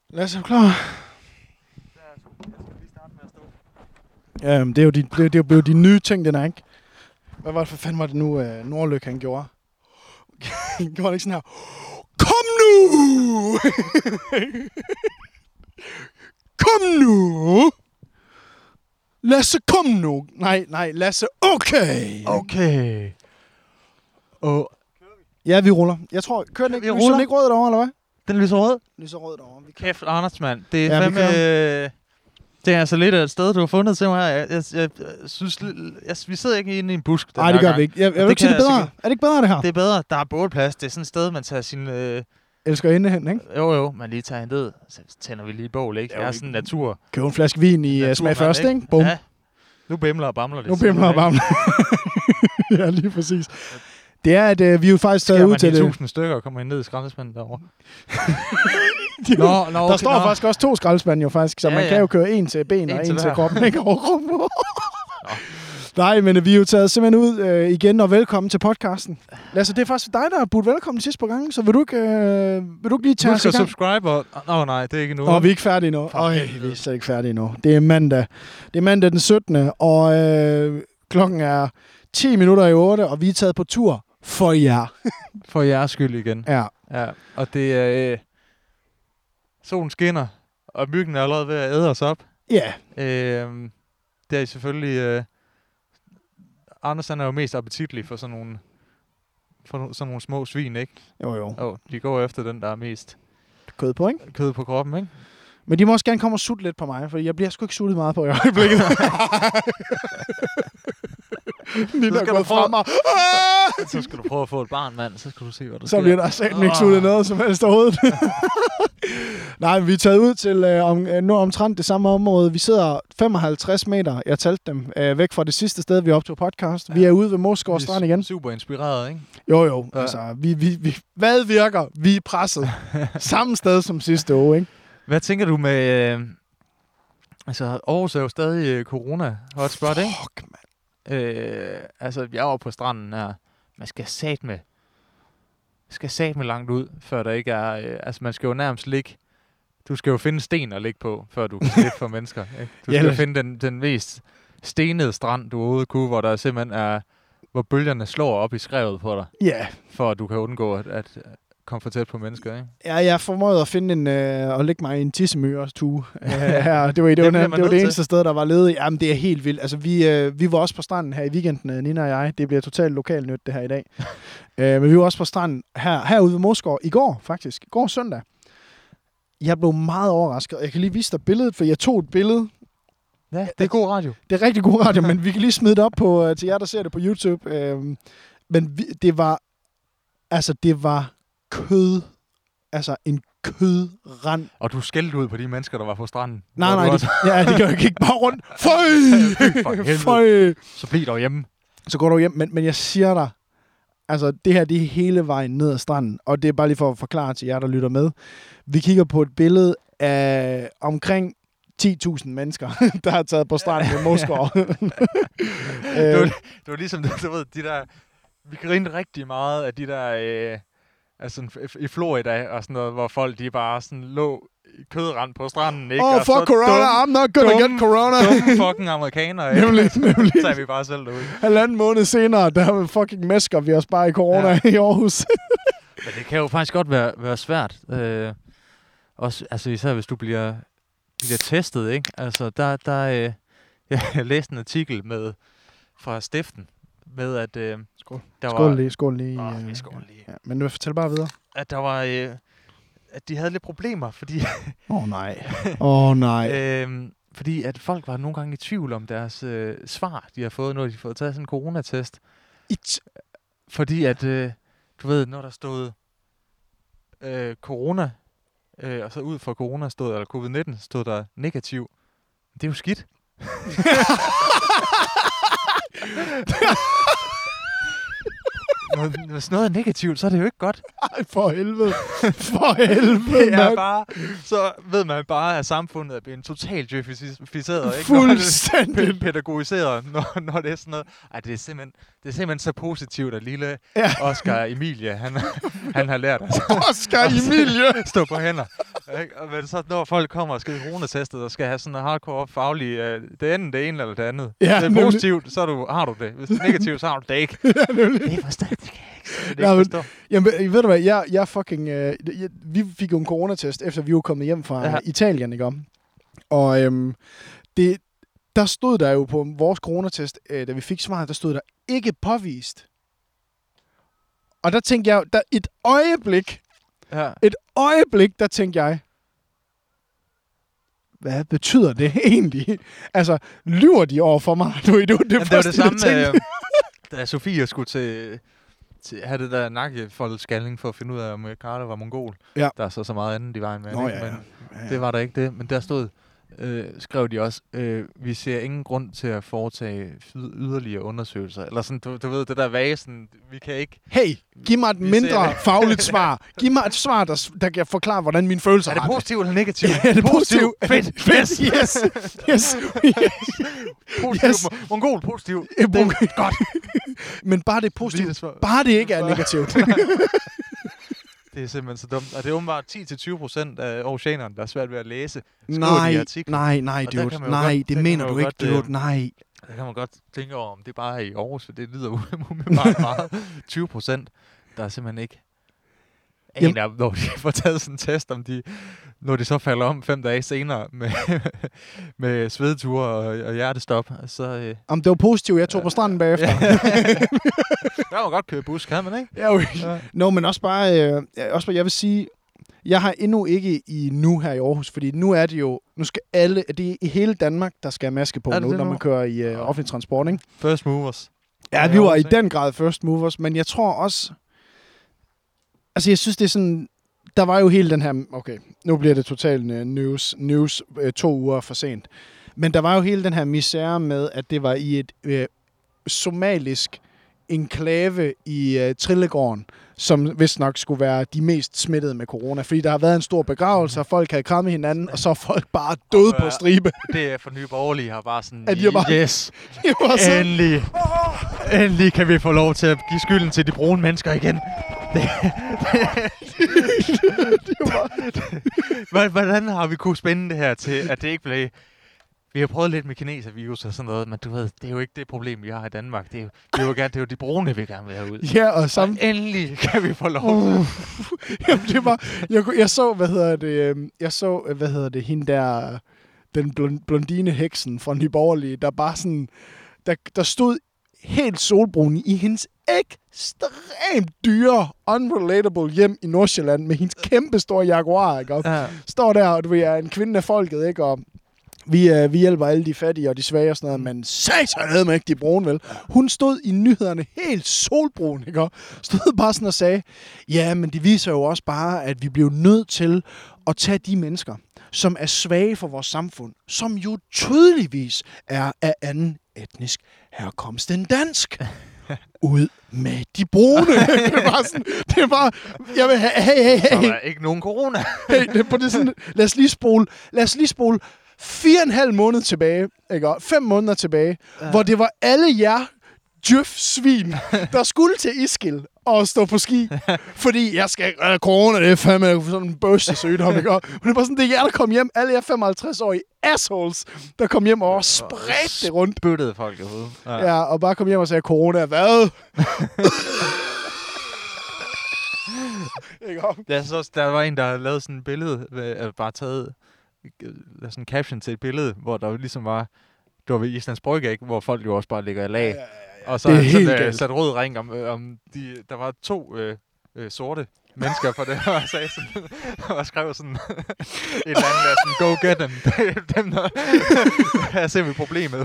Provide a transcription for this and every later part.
Lasse, er du klar? Jeg skal lige starte med at stå. Det er jo de nye ting, den er, ikke? Hvad var det for fanden var det nu, Nordlyk han gjorde? Han gjorde ikke sådan her. Kom nu! Kom nu! Lasse, kom nu! Nej, Lasse, okay! Okay. Og ja, vi ruller. Jeg tror, kører den ikke, lyser den ikke rød derovre, eller hvad? den lyser rød. Lyser rød derovre. Kæft, Anders, mand. Det er fandme... Det er altså lidt af et sted, du har fundet til mig. Jeg synes... vi sidder ikke inde i en busk. Nej, det gør vi ikke. Jeg vil ikke sige det bedre. Er det ikke bedre, det her? Det er bedre. Der er bålplads. Det er sådan et sted, man tager sin... Elsker inde hen, ikke? Jo, man lige tager hende ud. Så tænder vi lige bål, ikke? Det er sådan natur. Køb en flaske vin i smag først, ikke? Bum. Ja. Nu bimler og bamler det. Nu bimler og bamler. Ja, lige præcis. Det er, at vi jo faktisk taget ud til det. 1000 stykker og kommer ned i skraldespanden derovre. Okay, der står faktisk også 2 skraldespande jo faktisk, så man kan jo køre en til ben og en til kroppen, ikke? Nej, men vi er jo taget simpelthen ud igen, og velkommen til podcasten. Lasse, det er faktisk dig, der har budt velkommen sidste par gange, så vil du ikke lige tage os i gang? Du skal subscribe og... nej, det er ikke nu. Nå, vi er ikke færdige nu. Vi er slet ikke færdige nu. Det er mandag. Det er mandag den 17. Og klokken er 10 minutter i 8, og vi er taget på tur for jer. For jeres skyld igen. Ja. Og det er... solen skinner, og myggen er allerede ved at æde os op. Ja. Det er selvfølgelig... Anders er jo mest appetitlig for sådan nogle små svin, ikke? Jo. De går efter den, der er mest... Kød på, ikke? Kød på kroppen, ikke? Men de må også gerne komme og sutte lidt på mig, for jeg bliver sgu ikke suttet meget på i øjeblikket. Så skal du prøve at få et barn, mand. Så skal du se, hvad der sker. Så bliver der satme ikke suttet noget som helst overhovedet. Nej, men vi er taget ud til omtrent det samme område. Vi sidder 55 meter, jeg talte dem, væk fra det sidste sted, vi optog podcast. Vi er ude ved Moskov Strand igen. Super inspireret, ikke? Jo. Ja. Altså, vi hvad virker? Vi er presset. Samme sted som sidste uge, ikke? Hvad tænker du med... altså, Aarhus er jo stadig corona-hotspot, ikke? Fuck, mand. Altså, jeg var på stranden her. Man skal satme langt ud, før der ikke er... altså, man skal jo nærmest ligge... Du skal jo finde sten at ligge på, før du kan slippe for mennesker, ikke? Du skal jo finde den mest stenede strand, du overhovedet kunne, hvor der simpelthen er... Hvor bølgerne slår op i skrevet på dig. Ja. For at du kan undgå at komme for tæt på mennesker, ikke? Ja, jeg formåede at finde at lægge mig i en tissemyres tue her. Det var det eneste sted, der var ledigt. Jamen, det er helt vildt. Altså, vi var også på stranden her i weekenden, Nina og jeg. Det bliver totalt lokalnyt, det her i dag. Men vi var også på stranden herude ved Moskov i går, faktisk. I går søndag. Jeg blev meget overrasket. Jeg kan lige vise dig billedet, for jeg tog et billede. Ja, det er god radio. Det er rigtig god radio, men vi kan lige smide det op på, til jer, der ser det på YouTube. Men det var kød. Altså en kødrand. Og du skældte ud på de mennesker, der var på stranden. Nej, de gør ikke bare rundt. Føj! Så bliv dog hjemme. Så går du hjem, men jeg siger dig, altså det her, det er hele vejen ned ad stranden, og det er bare lige for at forklare til jer, der lytter med. Vi kigger på et billede af omkring 10.000 mennesker, der har taget på stranden i Moskov. Det var ligesom, du ved, de der, vi grinte rigtig meget af de der, altså i Florida og sådan noget, hvor folk de bare sådan lå i kødrand på stranden, ikke? Fuck corona, I'm not gonna get corona. Dumme fucking amerikanere, ikke? Nemlig. Så er vi bare selv derude. 1,5 måned senere, der fucking mesker vi os bare i corona i Aarhus. Men det kan jo faktisk godt være svært. Også, altså især hvis du bliver testet, ikke? Altså jeg læste en artikel fra Stiften med at skål. Der skål var, lige. Skål lige. Ja, men du fortæl bare videre. At der var at de havde lidt problemer, fordi nej. fordi at folk var nogle gange i tvivl om deres svar, de har fået, når de har fået taget sådan en coronatest. Fordi at du ved, når der stod corona og så ud fra corona stod, eller covid-19 stod der negativ. Det er jo skidt. Når sådan noget er negativt, så er det jo ikke godt. Ej, for helvede. Det er bare, så ved man bare, at samfundet er blevet totalt djøfificeret, ikke? Fuldstændig. Pædagogiseret, når det er sådan noget. Ej, det er simpelthen så positivt, at lille Oscar Emilie, han har lært os. Oscar Emilie! Stå på hænder. Men så når folk kommer og skal coronatestet og skal have sådan en hardcore faglig, det ene eller det andet. Ja, det er positivt, så har du det. Hvis det er negativt, så har du det ikke. Ja, det er forstået, det kan jeg ikke forstå. Jamen, ved du hvad, jeg fucking... vi fik jo en coronatest, efter vi var kommet hjem fra Italien, ikke om? Og der stod der jo på vores coronatest, da vi fik svaret, der stod der ikke påvist. Og der tænkte jeg, et øjeblik, der tænkte jeg, hvad betyder det egentlig? Altså, lyver de over for mig? Det var det samme, da Sofie skulle til have det der nakkefoldsskalning for at finde ud af, om Carter var mongol. Ja. Der er så meget andet i vejen med. Men det var der ikke det. Men der stod, skrev de også, vi ser ingen grund til at foretage yderligere undersøgelser. Eller sådan, du ved, det der vasen, vi kan ikke... Hey, giv mig et mindre fagligt svar. Giv mig et svar, der kan forklare, hvordan mine følelser er. Er det positivt eller negativt? Ja, er det positivt? Fedt. Yes. Positivt. Mongol, positivt. Det er godt. Men bare det er positivt. Bare det ikke er negativt. Det er simpelthen så dumt. Og det er åbenbart 10-20% af oceanerne, der er svært ved at læse. Nej, dude. Nej, det mener du ikke, dude. Nej. Der kan man godt tænke over, om det bare er i Aarhus, for det lyder umiddelbart meget. 20%, der er simpelthen ikke en af, når de får taget sådan en test, når de så falder om 5 dage senere med svedeture og hjertestop. Så, om det var positivt, jeg tog på stranden bagefter. Der var godt køre bus, kan man ikke? Ja. Nå, men også bare, jeg vil sige, jeg har endnu ikke nu her i Aarhus, fordi nu er det jo, nu skal alle, det er i hele Danmark, der skal have maske på nu, når man kører i offentlig transport, ikke? First movers. Ja, vi var i den grad first movers, men jeg tror også, altså jeg synes det er sådan, der var jo hele den her, okay, nu bliver det totalt news 2 uger for sent, men der var jo hele den her misære med, at det var i et somalisk enklave i Trillegården, som vist nok skulle være de mest smittede med corona, fordi der har været en stor begravelse, og folk havde krammet hinanden, og så er folk bare døde på stribe. Det er for Nye Borgerlige har bare sådan, yes, endelig kan vi få lov til at give skylden til de brune mennesker igen. Hvordan har vi kunnet spænde det her til, at det ikke blev... Vi har prøvet lidt med kineservirus og sådan noget, men du ved, det er jo ikke det problem, vi har i Danmark. Det er jo de brune, vi gerne vil have ud. Ja, og endelig kan vi få lov til. Jamen, det var... Jeg så, hende der... Den blondine heksen fra Nye Borgerlige, der bare sådan... Der stod helt solbrun i hendes ekstremt dyre, unrelatable hjem i Nordsjælland med hendes kæmpe store Jaguar, ikke? Ja. Står der, og du er en kvinde af folket, ikke? Og vi hjælper alle de fattige og de svage og sådan noget, men satan ikke de brune, vel? Hun stod i nyhederne helt solbrun, ikke? Og stod bare sådan og sagde, ja, men det viser jo også bare, at vi bliver nødt til at tage de mennesker, som er svage for vores samfund, som jo tydeligvis er af anden etnisk herkomst end dansk. Ud med de brune. det var jeg vil have, hey. Så er der ikke nogen corona. Lad os lige spole 4,5 måneder tilbage, ikke? 5 måneder tilbage, hvor det var alle jer djøf-svin, der skulle til Iskil og stå på ski, fordi jeg skal corona, det er fandme sådan en børsesygdom, ikke? Men det var sådan, det er jer, der kom hjem, alle jer 55-årige assholes, der kom hjem og spredte det rundt. Spyttede folk i hovedet. Ja, og bare kom hjem og sagde, corona, hvad? Ja, så der var en, der lavede sådan et billede, bare taget sådan en caption til et billede, hvor der ligesom var, det var ved Islands Brygge, ikke? Hvor folk jo også bare ligger i lag. Ja. Og så sat rød ring om der var 2 sorte mennesker på det, og sagde sådan, og skrev sådan et eller andet der, sådan, go get them. Dem der, her ser vi problemet.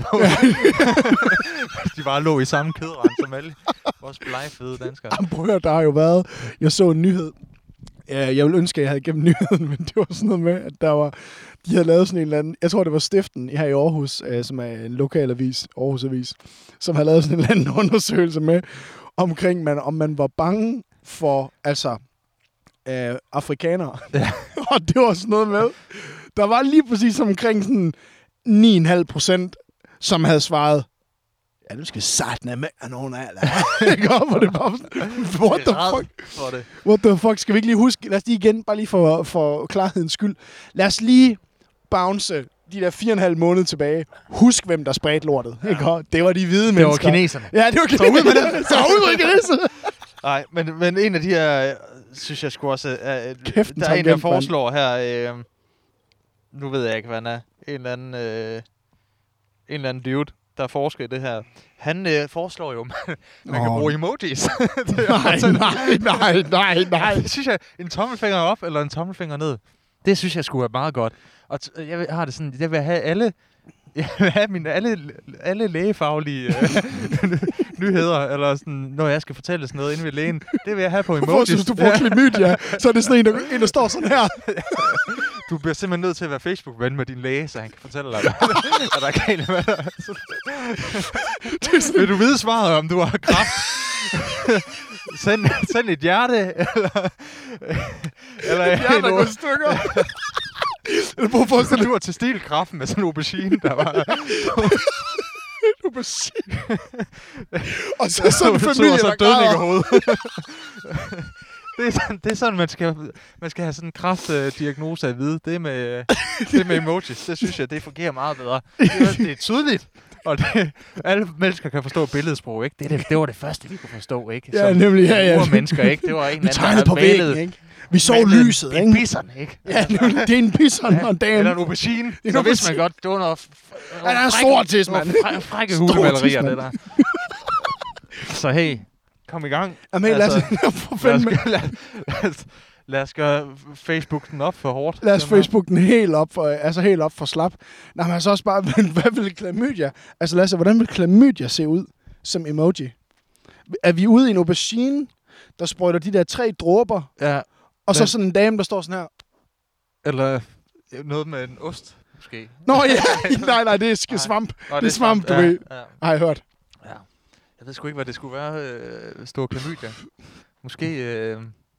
De bare lå i samme kæderand som alle. Vores blegfede danskere. Jamen, der har jo været, jeg så en nyhed. Ja, jeg ville ønske, at jeg havde gennem nyheden, men det var sådan noget med, at de havde lavet sådan en eller anden, jeg tror, det var Stiften her i Aarhus, som er en lokal avis, Aarhus Avis, som havde lavet sådan en eller anden undersøgelse med, omkring, om man var bange for, afrikanere. Ja. Og det var sådan noget med, der var lige præcis omkring sådan 9,5%, som havde svaret, Ja, du skal satne med nogen af det. Hvor det bare what the fuck? What the fuck? Skal vi ikke lige huske? Lad os lige igen, bare lige for klarhedens skyld. Lad os lige bounce de der 4,5 måneder tilbage. Husk, hvem der spredte lortet. Ja. Ikke? Det var de hvide mennesker. Det var kineserne. Ja, det var kineserne. Så ud med det. Så ud med kineserne. Nej, men en af de her, synes jeg sgu også, Kæft, der er en, der foreslår her, nu ved jeg ikke, hvad han er, en eller anden dude, der forsker i det her. Han foreslår jo, man kan bruge emojis. Nej. Det synes jeg, en tommelfinger op eller en tommelfinger ned, det synes jeg skulle være meget godt. Og jeg har det sådan, jeg vil have alle lægefaglige nyheder, eller sådan, når jeg skal fortælle sådan noget inde ved lægen, det vil jeg have på emojis. Hvis du får klamydia, så er det sådan en, der står sådan her. Du bliver simpelthen nødt til at være Facebook-ven med din læge, så han kan fortælle dig, hvad der er galt med dig. Vil du vide svaret, om du har kræft? Send et hjerte, eller et hjerte, der går stykker. Eller prøv at forestille dig, til stilkraften med sådan en aubergine, der var... En aubergine. Og så sådan en familie, der græder. Det er sådan, man skal have sådan en kræftdiagnose at vide. Det med emojis, det synes jeg, det fungerer meget bedre. Det er tydeligt. Og alle mennesker kan forstå billedsprog, ikke? Det var det første, vi kunne forstå, ikke? Ja, nemlig, ja. Mennesker, ikke? Det var en eller anden, der malede, ikke? Vi så lyset, ikke? Det er en bison, ikke? Ja, det er en bison og en dame. Eller en aubergine. Så vidste man godt, det var noget... Ja, der er stor tis, mand. Frække hulemalerier, det der. Så hey, kom i gang. Jamen, lad os gøre Facebook den op for hårdt. Lad os Facebook den helt op for slap. Nej, men altså også bare, hvad vil klamydia? Altså lad os se, hvordan vil klamydia se ud som emoji? Er vi ude i en aubergine, der sprøjter de der 3 dråber, og så sådan en dame, der står sådan her? Eller noget med en ost, måske. Nå ja, nej, det er svamp. Det er svamp, du ved. Har jeg hørt. Ja. Jeg ved sgu ikke, hvad det skulle være, stor klamydia. Måske...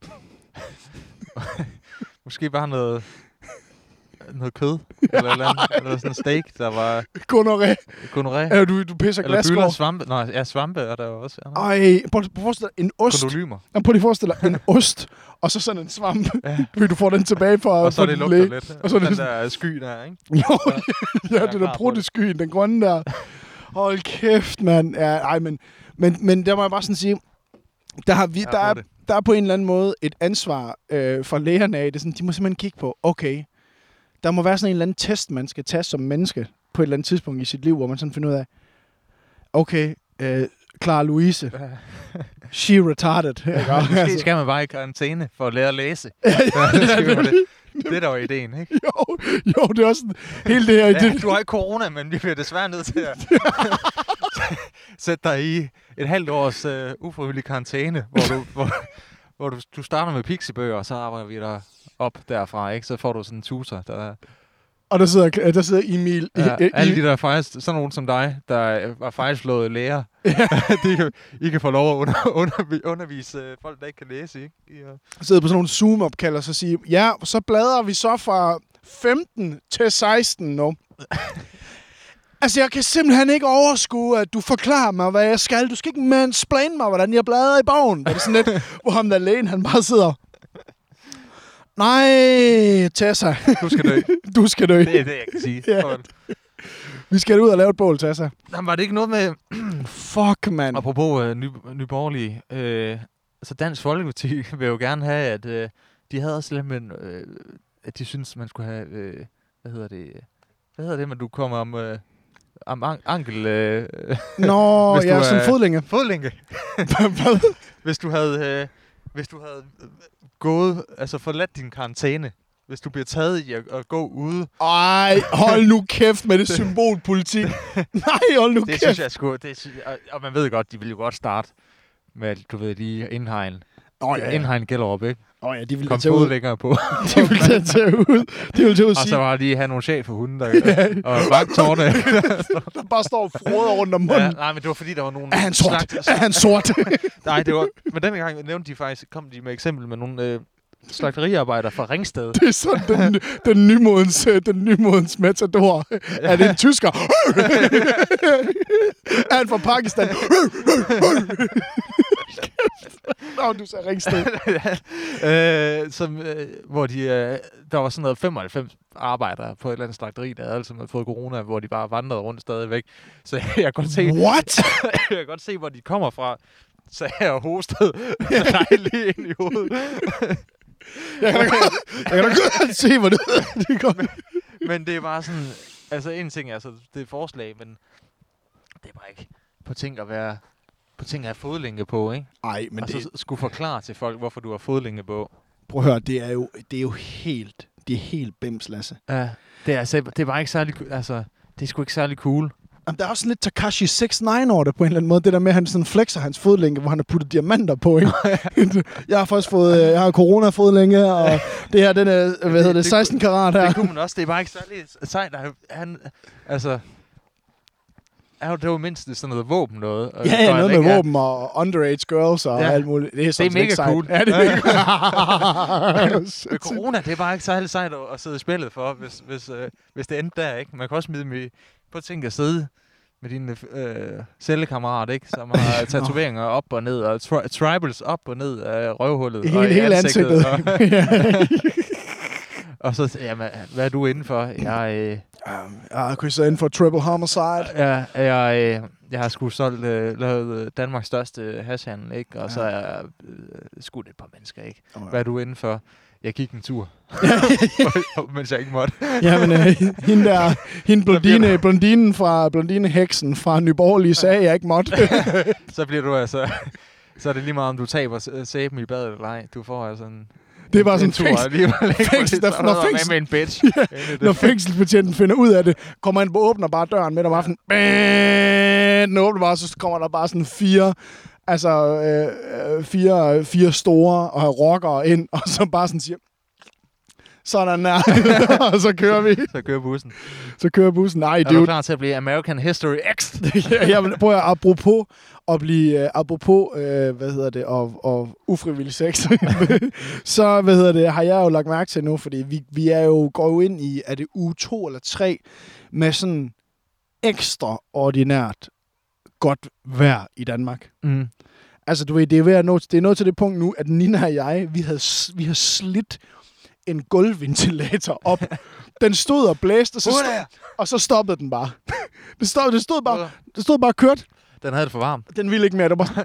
Måske bare noget kød, eller sådan en steak, der var... Gonorrhé. Ja, du pisser glasskår. Eller svampe. Nej, ja, svampe er der jo også. Ja. Ej, prøv at forestille dig en ost. Kondolymer. Prøv lige at forestille dig en ost, og så sådan en svamp. Ja. Du får den tilbage fra... Og så det lugter lidt. Og så den der sky der, ikke? Jo, ja, det der prutteskyen, den grønne der. Hold kæft, mand. Ja, ej, men der må jeg bare sådan sige, der er på en eller anden måde et ansvar for lægerne af det. Sådan, de må simpelthen kigge på, okay, der må være sådan en eller anden test, man skal tage som menneske på et eller andet tidspunkt i sit liv, hvor man sådan finder ud af, okay, Clara Louise, she retarded. Måske skal man bare i karantæne for at lære at læse. Det er da jo ideen, ikke? Jo, det er også sådan, hele det her... Ja, du har ikke corona, men vi bliver desværre nødt til at sætte dig i et halvt års ufrivillig karantæne, hvor du starter med pixibøger, og så arbejder vi dig op derfra, ikke? Så får du sådan en tutor, der... Og der sidder Emil... alle de der faktisk, sådan nogen som dig, der var fejlslået lærer, I kan få lov at undervise folk, der ikke kan læse, ikke? Sidder på sådan nogle Zoom-opkald og så siger, ja, så bladrer vi så fra 15 til 16 nu. Altså, jeg kan simpelthen ikke overskue, at du forklarer mig, hvad jeg skal. Du skal ikke mansplaine mig, hvordan jeg bladrer i bogen. Det er sådan lidt, hvor ham der lægen, han bare sidder... Nej, Tessa. Du skal dø. Det er det, jeg kan sige. Ja. Vi skal ud og lave et bål, Tessa. Jamen, var det ikke noget med... Fuck, mand. Apropos nyborgerlige. Så Dansk Folkeparti vil jo gerne have, at de havde også lidt med... at de synes, man skulle have... hvad hedder det, men du kommer om ankel... Nå, ja, sådan fodlænge. Fodlænge. Hvis du havde gået, altså forladt din karantæne, hvis du bliver taget i at gå ude. Ej, hold nu kæft med det symbolpolitik. Nej, hold nu kæft. Det synes jeg sgu, og man ved godt, de vil jo godt starte med, du ved, lige indhegn. Indhegn Gellerup, ikke? Ja, de vil komme ud længere på. De vil tage ud. Og så var de have nogle chef for hunden, der og vagtårne. Der bare står froder rundt om munden. Ja, nej, men det var fordi, der var nogle... Er han sort? Nej, det var... Men denne gang nævnte de faktisk, kom de med eksempel med nogle slagteriarbejder fra Ringsted. Det er sådan den nymodens matador. Er det en tysker? Er han fra Pakistan? Nå, du sagde Ringsted. Hvor der var sådan noget 95 arbejdere på et eller andet slagteri, der havde altså fået corona, hvor de bare vandrede rundt stadigvæk. Så jeg kan godt se... What? Jeg kan godt se, hvor de kommer fra. Så jeg har hostet lige ind i hovedet. Jeg kan da godt se, hvor det kommer. Men det er bare sådan... Altså, en ting er, altså, det er forslag, men det er bare ikke på ting at være... På ting at have fodlænke på, ikke? Ej, men og så skulle forklare til folk, hvorfor du har fodlænke på. Prøv at høre, det er jo helt... Det er helt bims, Lasse. Ja, det er bare ikke særlig... Altså, det er sgu ikke særlig cool. Jamen, der er også lidt Tekashi 6ix9ine over det på en eller anden måde. Det der med, at han sådan flexer hans fodlænke, hvor han har puttet diamanter på, ikke? Jeg har faktisk fået... Jeg har corona-fodlænke, og det her, den er... 16 karat her. Det kunne man også. Det er bare ikke særlig sejt. Altså... Det var mindst sådan noget våben noget. Ja, noget med våben og underage girls og alt muligt. Det er mega cool. Ja, det er mega cool. Corona, det er bare ikke særlig sejt at sidde i spillet for, hvis det endte der, ikke? Man kan også smide med... Prøv at tænke at sidde med dine cellekammerat, ikke? Som har tatoveringer op og ned, og tribals op og ned af røvhullet. Hele ansigtet. Og så, jamen, hvad er du inden for? Jeg krydser inden for triple homicide. Ja, jeg har sgu lavet Danmarks største hashhandel, ikke? Og så er jeg skudt et par mennesker, ikke? Hvad er du inden for? Jeg gik en tur, mens jeg ikke måtte. Jamen, hende blondinen fra Blondineheksen fra Nye Borgerlige sagde, jeg ikke måtte. Så bliver du altså... Så er det lige meget, om du taber sæben i badet eller ej. Du får altså en... Det er bare sådan når fængselsbetjenten finder ud af det, kommer han på åbner bare døren midt om aftenen. Den åbner bare, så kommer der bare sådan fire store rockere ind, og så bare sådan siger, sådan der, og så kører vi. Så kører bussen. Nej, er du klar til at blive American History X? Jeg prøver apropos og ufrivillig sex. Så, har jeg jo lagt mærke til nu, fordi vi går jo ind i, er det uge 2 eller 3, med sådan ekstraordinært godt vejr i Danmark. Mm. Altså, du ved, det er nået til det punkt nu, at Nina og jeg, vi har slidt en gulvventilator op. Den stod og blæste, og så stoppede den bare. Det stod bare kørt. Den havde det for varmt. Den ville ikke mere. Det var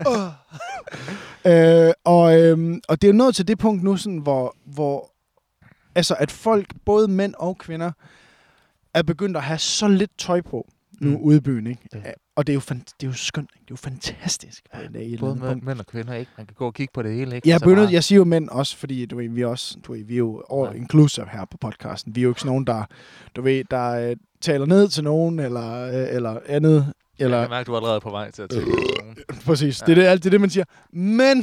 og det er nået til det punkt nu, sådan, hvor altså, at folk, både mænd og kvinder, er begyndt at have så lidt tøj på nu ude i byen, ikke? Ja. Og det er jo skønt, ikke? Det er jo fantastisk. Ja, både mænd og kvinder, ikke? Man kan gå og kigge på det hele, ikke? Jeg siger jo mænd også, fordi vi er jo all inclusive her på podcasten. Vi er jo ikke sådan nogen, der taler ned til nogen, eller andet. Eller... Jeg kan mærke, du er allerede på vej til at tale nogen. Præcis, ja. Det er det, man siger. Men.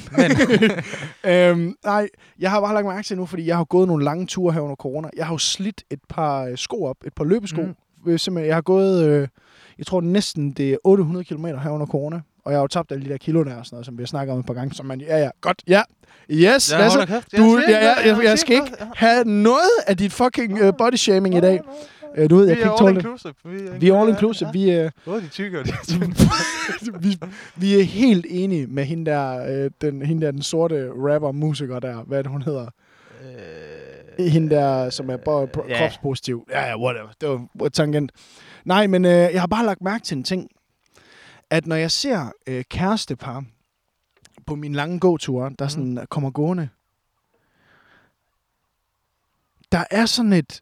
Nej, jeg har bare lagt mærke til nu, fordi jeg har gået nogle lange ture her under corona. Jeg har jo slidt et par sko op, et par løbesko. Simpelthen, jeg har gået, jeg tror næsten det er 800 km her under corona. Og jeg har jo tabt alle de der kilo der, og sådan noget, som vi har snakket om et par gange. Så man, godt, ja. Yes, Lasse. Jeg skal ikke have noget af dit fucking body shaming i dag. Du ved, jeg kan ikke tåle det. Vi er all inclusive. Både de tykke og de vi er helt enige med hende der, den sorte rapper-musiker der. Hvad er det, hun hedder? Hende der, som er bare kropspositiv. Ja, whatever. Det var tangent. Nej, men jeg har bare lagt mærke til en ting. At når jeg ser kærestepar på min lange gåture, der sådan kommer gående, der er sådan et...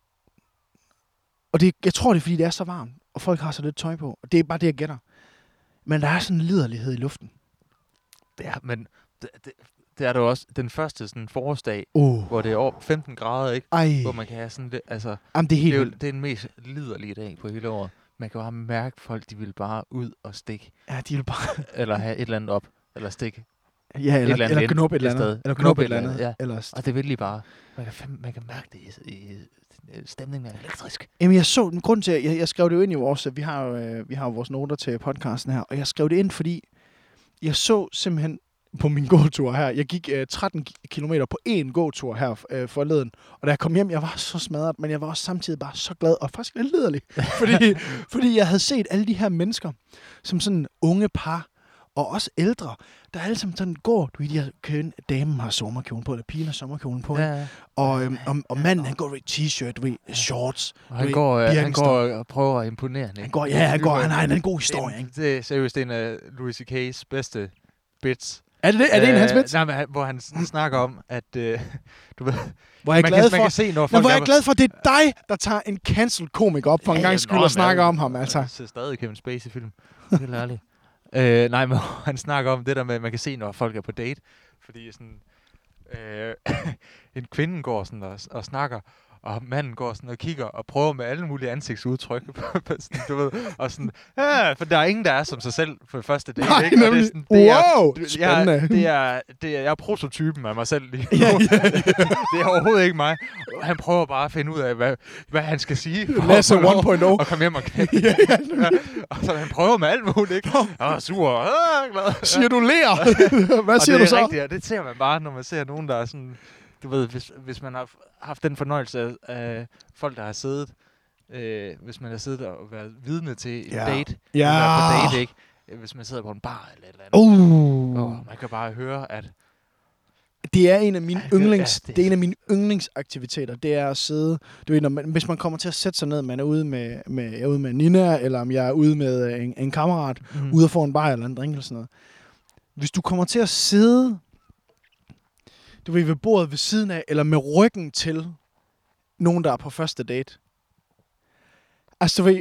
Og jeg tror, det er, fordi det er så varmt, og folk har så lidt tøj på. Og det er bare det, jeg gætter. Men der er sådan en liderlighed i luften. Ja, men det er der også den første sådan forårsdag, hvor det er over 15 grader, ikke? Ej. Hvor man kan have sådan lidt... Altså, jamen, det er det er den mest liderlige dag på hele året. Man kan bare mærke, folk de vil bare ud og stikke. Ja, de vil bare... eller have et eller andet op, eller stikke. Ja, eller knuppe et eller andet. Eller knuppe et eller andet, ja. Og det vil de bare... Man kan mærke det i stemningen er elektrisk. Jamen, jeg så den grund til, at jeg skrev det jo ind i vores... Vi har jo vores noter til podcasten her, og jeg skrev det ind, fordi jeg så simpelthen på min gåtur her. Jeg gik 13 kilometer på én gåtur her forleden. Og da jeg kom hjem, jeg var så smadret, men jeg var også samtidig bare så glad og faktisk lidt liderlig. fordi jeg havde set alle de her mennesker, som sådan unge par, og også ældre, der alle sammen sådan går, du ved, de her damen har sommerkjolen på, eller pigen har sommerkjolen på, Ja. og manden, han går i t-shirt, du ved, shorts. Og han går og prøver at imponere. Ikke? Han har en god historie, ikke? Det er seriøst en af Louis C.K.'s bedste bits. Er det en af hans bits? Nej, men hvor han snakker om, at du ved... Hvor jeg er se, når folk glad for, at det er dig, der tager en cancel komik op for en gang skyld og snakker om ham, altså. Jeg ser stadig Kevin Spacey-film. Helt ærligt. Nej, men han snakker om det der med, at man kan se, når folk er på date. Fordi sådan... en kvinde går sådan og snakker, og manden går sådan og kigger og prøver med alle mulige ansigtsudtryk. Sådan, du ved, og sådan, for der er ingen, der er som sig selv for første date. Nej, ikke? Nemlig. Spændende. Jeg er prototypen af mig selv lige nu. Det er overhovedet ikke mig. Han prøver bare at finde ud af, hvad han skal sige. Lasse 1.0. Og komme hjem og knække. Og så han prøver med alt muligt, ikke? Og sur. Glad. Siger du ler? Hvad siger du så? Rigtigt, ja. Det ser man bare, når man ser nogen, der er sådan... Du ved, hvis man har haft den fornøjelse af folk, der har siddet, hvis man har siddet og været vidne til en date, eller på date, ikke? Hvis man sidder på en bar eller et eller andet. Man kan bare høre, at... Det er en af mine det er en af mine yndlingsaktiviteter, det er at sidde, du ved, hvis man kommer til at sætte sig ned, man er ude med Nina, eller om jeg er ude med en kammerat, ude og få en bar eller en drink eller sådan noget. Hvis du kommer til at sidde, du ved, ved bordet ved siden af, eller med ryggen til nogen, der er på første date. Altså, du ved,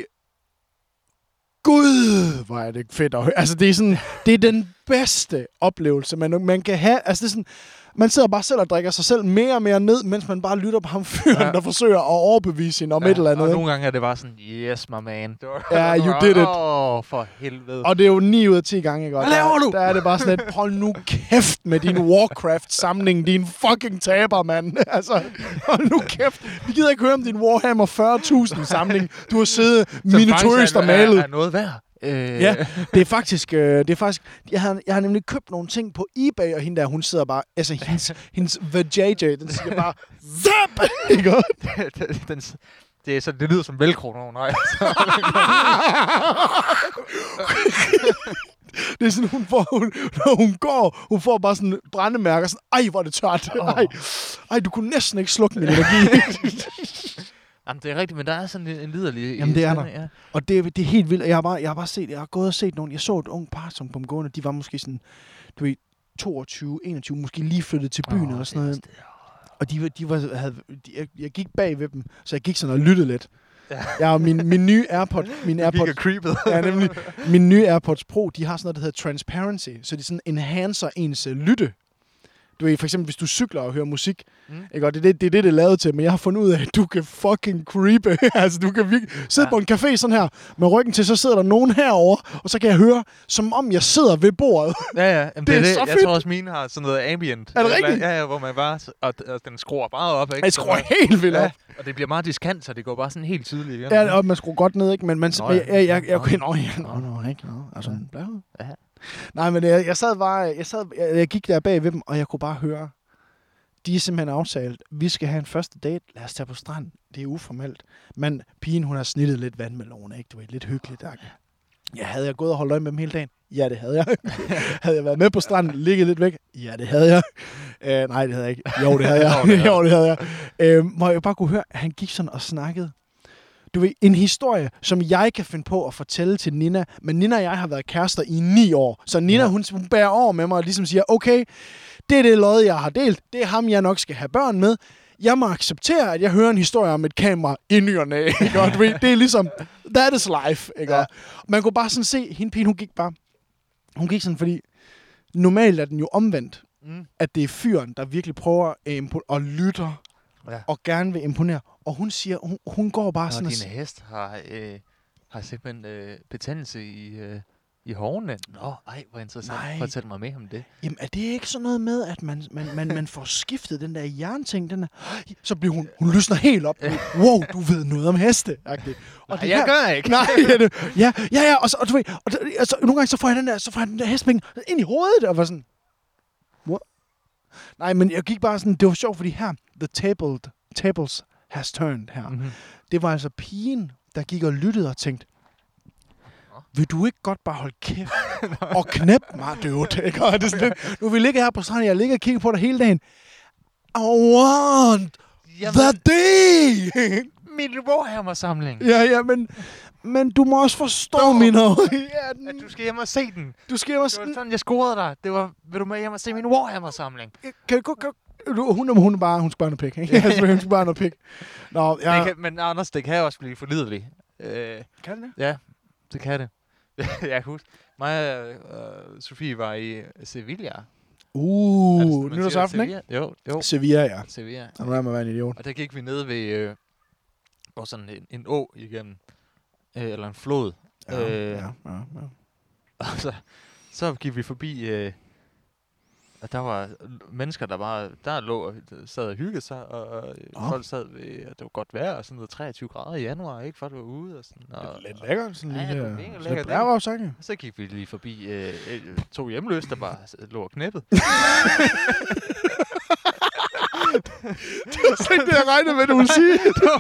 gud, hvor er det fedt at høre. Altså, det er sådan, det er den bedste oplevelse, man kan have. Altså, det er sådan, man sidder bare selv og drikker sig selv mere og mere ned, mens man bare lytter på ham fyren, der forsøger at overbevise hende om et eller andet. Og nogle gange er det bare sådan, yes, my man. Ja, you did it. For helvede. Og det er jo 9 ud af 10 gange, ikke? Hvad laver du? Der er det bare sådan lidt, hold nu kæft med din Warcraft-samling, din fucking taber, mand. Altså, hold nu kæft. Vi gider ikke høre om din Warhammer 40.000-samling. Du har siddet minutøst og malet. Er noget værd. Ja, det er faktisk jeg har nemlig købt nogle ting på eBay, og hende der, hun sidder bare, altså hendes vajayjay, den siger bare zap, ikke? Det lyder som velcro, nej. Det er sådan, når hun går, hun får bare sådan brændemærker, sådan, ej, hvor er det tørt. Ej, du kunne næsten ikke slukke min energi. Jamen, det er rigtigt, men der er sådan en liderlig... Jamen, det er der. Ja. Og det er helt vildt. Jeg har gået og set nogen. Jeg så et ung par, som kom gående. De var måske sådan, du ved, 22, 21, måske lige flyttet til byen eller sådan noget. Og jeg gik bag ved dem, så jeg gik sådan og lyttede lidt. Ja. Jeg har min nye AirPods... Ja, nemlig. Min nye AirPods Pro, de har sådan noget, der hedder transparency, så de sådan enhancer ens lytte. Du ved, for eksempel, hvis du cykler og hører musik, ikke? Og det er det er lavet til, men jeg har fundet ud af, at du kan fucking creepe. Altså, du kan virkelig sidde på en café sådan her, med ryggen til, så sidder der nogen herover, og så kan jeg høre, som om jeg sidder ved bordet. Ja. Jamen, det er så fedt. Jeg tror også, mine har sådan noget ambient. Er det rigtigt? Ja, hvor man bare... Og den skruer meget op, ikke? Jeg skruer helt vildt op. Og det bliver meget diskant, så det går bare sådan helt tydeligt igen. Ja, og man skruer godt ned, ikke? Men man... Altså, ja. Nej, men jeg gik der bag ved dem, og jeg kunne bare høre, de er simpelthen aftalt, vi skal have en første date, lad os tage på strand, det er uformelt. Men pigen, hun har snittet lidt vandmelon, ikke? Du ved, lidt hyggeligt. Ja, havde jeg gået og holdt øje med dem hele dagen? Ja, det havde jeg. Havde jeg været med på stranden, ligget lidt væk? Ja, det havde jeg. Nej, det havde jeg ikke. Jo, det havde jeg. Jo, det havde jeg. Hvor jeg bare kunne høre, at han gik sådan og snakkede. Du ved, en historie, som jeg kan finde på at fortælle til Nina, men Nina og jeg har været kærester i 9 år. Så Nina, hun bærer over med mig og ligesom siger, okay, det er det lod, jeg har delt. Det er ham, jeg nok skal have børn med. Jeg må acceptere, at jeg hører en historie om et kamera i ny og næ. Det er ligesom, that is life. Ikke? Ja. Man kunne bare sådan se, hende pigen, hun gik sådan, fordi normalt er den jo omvendt, at det er fyren, der virkelig prøver at lytte og gerne vil imponere. Og hun siger, hun går bare sådan... Og din hest har simpelthen betændelse i hårene. Nå, ej, hvor interessant. Fortæl mig mere om det. Jamen, er det ikke sådan noget med, at man får skiftet den der jernting? Så bliver hun løsner helt op. Wow, du ved noget om heste. Og nej, jeg gør ikke. Nej, ja. Og du ved, altså, nogle gange så får jeg den der hestmængde ind i hovedet, og var sådan... Nej, men jeg gik bare sådan, det var sjovt, fordi her, tables has turned her. Mm-hmm. Det var altså pigen, der gik og lyttede og tænkte, vil du ikke godt bare holde kæft og knæppe mig, dude? Ikke? Og det sådan, nu vi ligger her på stranden, jeg ligger og kigger på dig hele dagen. I want the day! Min Warhammer-samling. Ja, men du må også forstå min at du skal hjem og se den. Du skal hjem og se den. Det var sådan, jeg scorede dig. Det var, vil du med hjem og se min Warhammer-samling? Hun skal bare noget pik, ikke? Hun skal bare noget pik. Nå, ja. Men Anders, det kan også blive forlideligt. Kan det? Ja, det kan det. Jeg kan huske, mig og Sofie var i Sevilla. Nytårsaften, ikke? Jo. Sevilla, ja. Sevilla. Og nu er man være en idiot. Og der gik vi ned ved hvor sådan en å igennem. Eller en flod. Ja. Og så gik vi forbi, og der var mennesker, der lå og sad og hyggede sig, og folk sad ved, at det var godt vejr, og sådan noget 23 grader i januar, ikke? Folk var ude og sådan. Og lidt lækkert, sådan lidt. Ja, det var mega lækkert. Og så gik vi lige forbi 2 hjemløse, der bare lå og knæppede. Det var slet ikke det, jeg regnede med, du ville sige.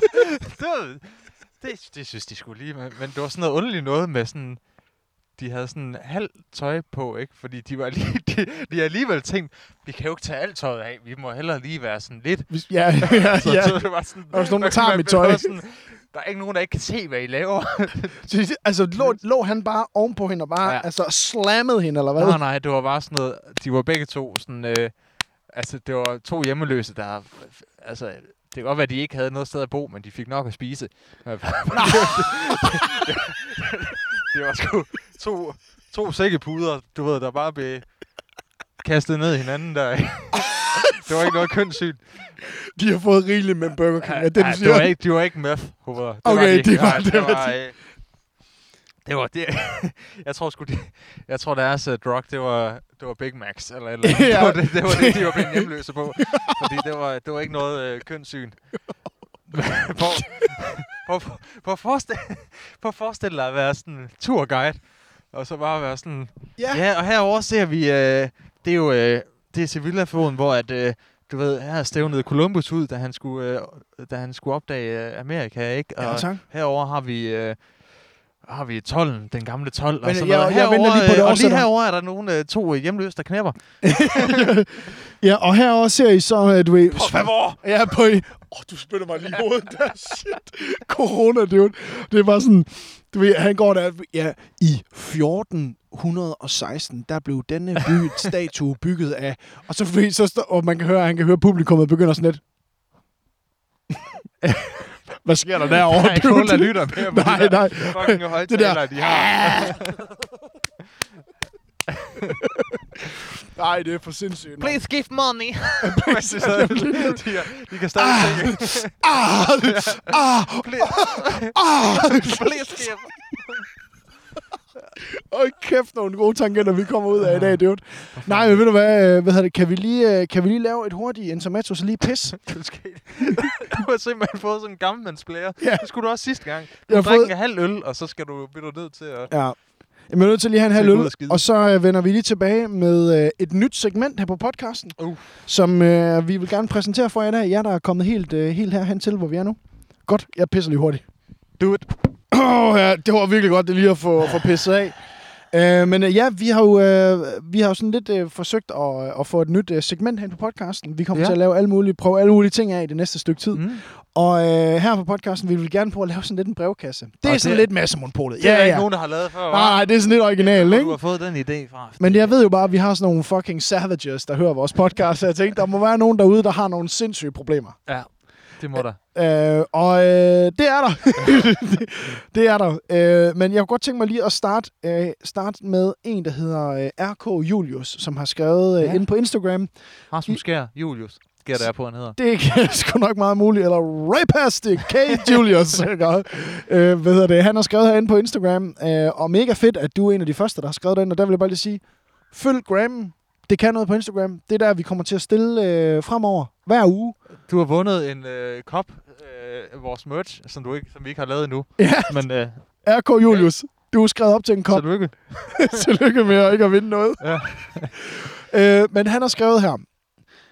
Det synes de skulle lige, men det var sådan noget underligt noget med sådan, de havde sådan halvt tøj på, ikke? Fordi de var lige, de alligevel tænkt, vi kan jo ikke tage alt tøjet af, vi må hellere lige være sådan lidt. Ja. Så det var sådan, der var sådan nogen, der tager mit tøj. Sådan, der er ikke nogen, der ikke kan se, hvad I laver. Altså, lå han bare ovenpå hende og bare slammede hende, eller hvad? Nej, det var bare sådan noget, de var begge to sådan, altså det var 2 hjemmeløse, der, altså, det kan godt være, at de ikke havde noget sted at bo, men de fik nok at spise. Det var sgu 2 sækkepuder, du ved, der bare blev kastet ned i hinanden der. Det var ikke noget kønssyn. De har fået rigeligt med Burger King. Ja, det var ikke meth, hoveder. Okay, det var det. Jeg tror deres drug, det var Big Macs eller eller andet. Ja. Det var det, de var blevet hjemløse på. Fordi det var ikke noget kønssyn. På at forestille dig at være sådan en turguide, og så bare være sådan, ja, og herover ser vi, det er jo det er Sevilla-floden, hvor at, du ved, her stævnede Columbus ud, da han skulle opdage Amerika, ikke? Og herover har vi tolden, den gamle told, og sådan noget. Jeg venter lige på det og lige herovre er der nogle 2 hjemløse, der knæpper. Ja, og herover ser I så, du ved... På favor! Ja, du spytter mig lige i hovedet der. Shit. Corona, dude. Det er bare sådan... Du ved, han går der... Ja, i 1416, der blev denne statue bygget af... Og så og man kan høre, han kan høre publikummet begynder sådan lidt... Hvad sker der derovre? Der er ikke nogen, der lytter mere på nej. fucking højtaler, de har. Nej, det er for sindssygt. Please give money. De kan stadig tænke. Please give. Kæft, nogle gode tangenter, vi kommer ud af i dag, dude. Nej, men ved du hvad, kan vi lige lave et hurtigt intermezzo, så lige pis? Du har simpelthen fået sådan en gammelmandsblære. Ja. Det skulle du også sidste gang. Du drikker en halv øl, og så bliver du nødt til at... Ja. Jeg er nødt til lige at have en halv øl, og så vender vi lige tilbage med et nyt segment her på podcasten, som vi vil gerne præsentere for jer i dag. Jer, der er kommet helt herhen til, hvor vi er nu. Godt, jeg pisser lige hurtigt. Do it. Ja, det var virkelig godt, det lige at få pisset af. Men ja, vi har jo sådan lidt forsøgt at få et nyt segment hen på podcasten. Vi kommer til at prøve alle mulige ting af i det næste stykke tid. Og her på podcasten vil vi gerne prøve at lave sådan lidt en brevkasse. Det er sådan lidt Massemonopolet. Det er ikke nogen, der har lavet før, Nej, det er sådan lidt originalt, ikke? Du har fået den idé fra. Men jeg ved jo bare, at vi har sådan nogle fucking savages, der hører vores podcast, så jeg tænkte, der må være nogen derude, der har nogle sindssyge problemer. Ja, det må der. Det er der. det er der. Men jeg kunne godt tænke mig lige at starte med en, der hedder RK Julius, som har skrevet inde på Instagram. Rasmus Skjær Julius. Sker der på, han hedder. Det er sgu nok meget muligt. Eller Rapastic K. Julius. Han har skrevet herinde på Instagram. Og mega fedt, at du er en af de første, der har skrevet den. Og der vil jeg bare lige sige, følg Graham. Det kan noget på Instagram. Det er der, vi kommer til at stille fremover. Hver uge. Du har vundet en kop af vores merch, som vi ikke har lavet endnu. Ja. Men, RK Julius. Du er skrevet op til en kop. Tillykke. Tillykke med at ikke at vinde noget. Ja. Men han har skrevet her.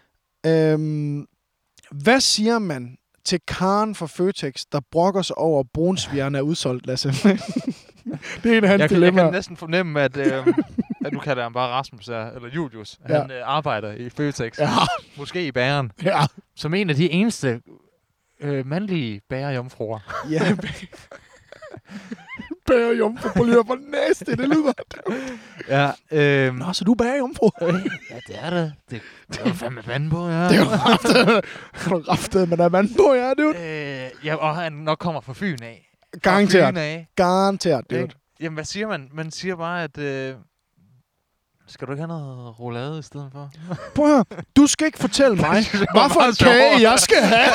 Hvad siger man til Karen fra Føtex, der brokker sig over, at brunsvigerne er udsolgt, Lasse? Det er en af hans dilemmaer. Jeg kan næsten fornemme, at nu kalder han bare Rasmus eller Julius. Han arbejder i Føtex. Ja. Måske i bageren. Ja. Som en af de eneste mandlige bagerjomfruer. Ja, bagerjomfru. Prøv lige hvor næste det lyder. Ja. Nå, så du er bagerjomfru? Ja, det er det. Det er fandme vand på, ja. Det er jo raftet, men der er vand på, ja, dude. Ja, og han nok kommer fra Fyn af. Garanteret. Garanteret, dude. Jamen, hvad siger man? Man siger bare, at... Skal du ikke have noget roulade i stedet for? Prøv at høre. Du skal ikke fortælle mig, hvad for en kage jeg skal have.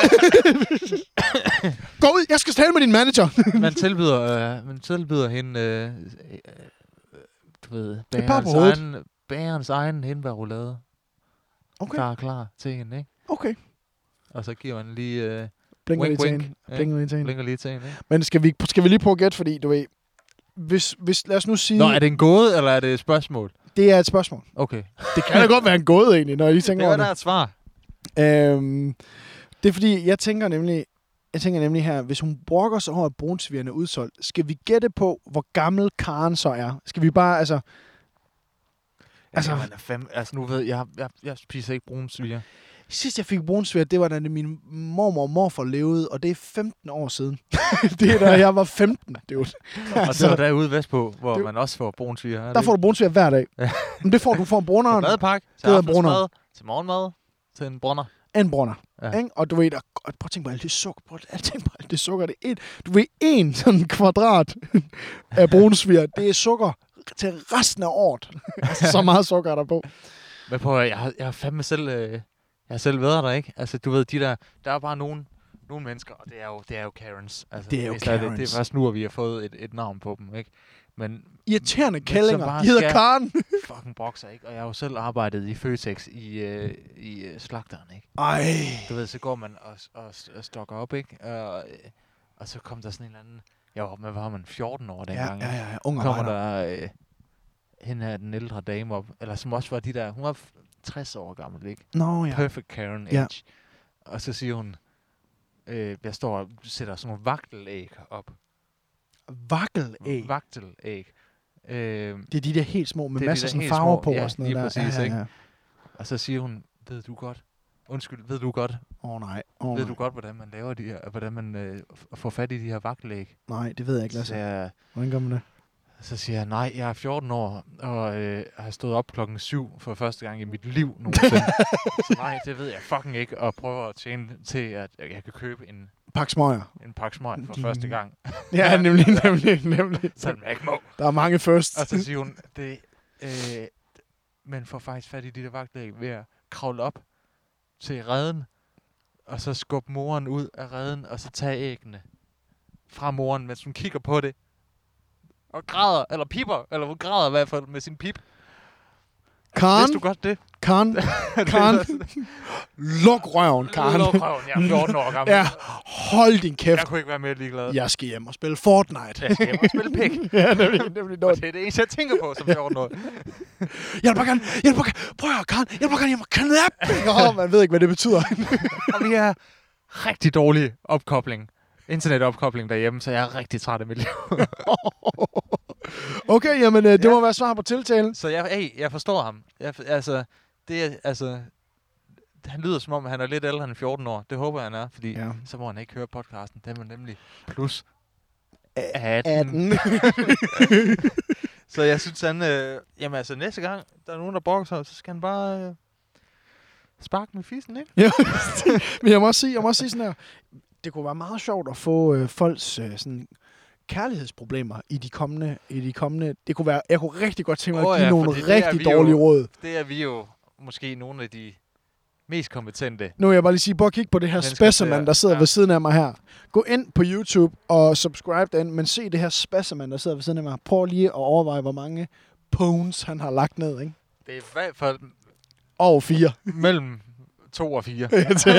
Gå ud, jeg skal tale med din manager. man tilbyder hende, du ved, bagerens egen hindbærroulade. Okay. Der er klar til hende, ikke? Okay. Og så giver man lige blinker wink, lige til hende. Ikke? Men skal vi lige prøve at gætte, fordi du ved, hvis lad os nu sige... Nå, er det en gåde, eller er det et spørgsmål? Det er et spørgsmål. Okay. Det kan da godt være en gåde, egentlig, når jeg lige tænker over det. Det er et svar. Det er fordi, jeg tænker nemlig her, hvis hun brokker sig over, at brunsvigerne er udsolgt, skal vi gætte på, hvor gammel Karen så er? Skal vi bare, altså... Nu ved jeg spiser ikke brunsviger. Sidst jeg fik brunsviger, det var da min mormor og morfar levede, og det er 15 år siden. Det er da jeg var 15, det var. Og det var derude vestpå, hvor man også får brunsviger. Der får du brunsviger hver dag. Ja. Men det får du for en brunner. Madpakke, til aftensmad, til morgenmad, til en brunner. En brunner. Ja. Og du ved, prøv at tænke på alt det sukker. Det er du ved, en sådan kvadrat af brunsviger, det er sukker til resten af året. Så meget sukker er der på. Men prøv at jeg har fandme selv... Jeg har selv været der, ikke? Altså, du ved, der er bare nogle mennesker, og det er jo Karens. Altså, det er jo Karens. Det er først nu, at vi har fået et navn på dem, ikke? Men irriterende kællinger. De hedder Karen. Fucking bokser, ikke? Og jeg har jo selv arbejdet i Føtex i slagteren, ikke? Ej. Du ved, så går man og stokker op, ikke? Og så kom der sådan en eller anden... hvad var man? 14 år dengang. Ja. Unge kommer der hende her, den ældre dame op, eller som også var de der... Hun var 60 år gammel, ikke? Ja. Perfect Karen age. Ja. Og så siger hun, jeg står og sætter sådan nogle vagtelæg op. Vagtelæg? Vagtelæg. Det er de der helt små, med masser af sådan farver på og sådan noget. Ja, præcis, ikke? Ja. Og så siger hun, ved du godt? Nej. Ved du godt, hvordan man laver de her, hvordan man får fat i de her vagtelæg? Nej, det ved jeg ikke, Lasse. Hvordan gør man det? Så siger jeg, nej, jeg er 14 år, og har stået op 7:00 for første gang i mit liv nogensinde. Så nej, det ved jeg fucking ikke, og prøver at tjene til, at jeg kan købe en pakke smøger. En pakke smøger for første gang. Ja, nemlig. Selvom jeg ikke må. Der er mange først. Og så siger hun, men får faktisk fat i de der vagtlæg ved at kravle op til reden, og så skubbe moren ud af reden, og så tage æggene fra moren, mens hun kigger på det. Og græder, eller piper, eller hun græder i hvert fald med sin pip. Karen? Vidste du godt det? Karen? Luk røven, Karen. Luk røven, jeg er 14 år gammel. Ja, hold din kæft. Jeg kunne ikke være mere ligeglad. Jeg skal hjem og spille Fortnite. Jeg skal hjem og spille pik. Ja, nemlig og det er det eneste, jeg tænker på som 14 år. Jeg vil bare gerne, prøv at høre, Karen, jeg vil bare gerne hjem og knap. Man ved ikke, hvad det betyder. Og vi er rigtig dårlig opkobling. Internetopkobling derhjemme, så jeg er rigtig træt af mit liv. Okay, jamen det må være svar på tiltalen. Så jeg forstår ham. Han lyder som om, han er lidt ældre end 14 år. Det håber jeg, han er, fordi så må han ikke høre podcasten. Den er nemlig plus 18. Så jeg synes, han... næste gang, der er nogen, der brokker sig, så skal han bare sparke med fissen, ikke? Ja, men jeg må også sige sådan her. Det kunne være meget sjovt at få folks sådan kærlighedsproblemer i de kommende. Det kunne være. Jeg kunne rigtig godt tænke mig at give nogle rigtig dårlige råd. Det er vi jo måske nogle af de mest kompetente. Nu vil jeg bare lige sige, prøv at kigge på det her specimen, der sidder ved siden af mig her. Gå ind på YouTube og subscribe den, men se det her specimen, der sidder ved siden af mig. Prøv lige at overveje, hvor mange pwns han har lagt ned, ikke? Det er i hvert fald over 4. Mellem 2 og 4.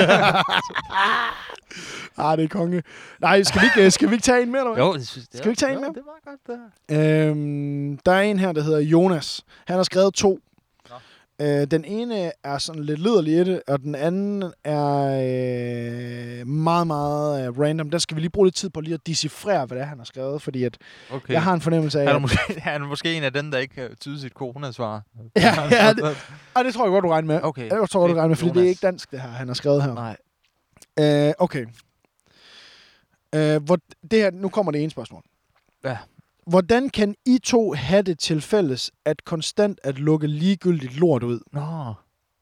Det er konge. Nej, skal vi ikke tage en mere, eller hvad? Jo, det synes jeg. Skal vi ikke tage en mere? Det var godt, det her. Der er en her, der hedder Jonas. Han har skrevet 2. Den ene er sådan lidt liderlig i det, og den anden er meget, meget random. Der skal vi lige bruge lidt tid på lige at decifrere, hvad det er, han har skrevet, fordi at jeg har en fornemmelse af... Han er måske en af dem, der ikke kan tyde sit coronasvar. Ja, det tror jeg godt, du regner med. Okay. Jeg tror godt, du regner med, fordi det er ikke dansk, det her, han har skrevet her. Nej. Okay. Det her, nu kommer det ene spørgsmål. Ja. Hvordan kan I to have det til fælles, at konstant at lukke ligegyldigt lort ud? Nå.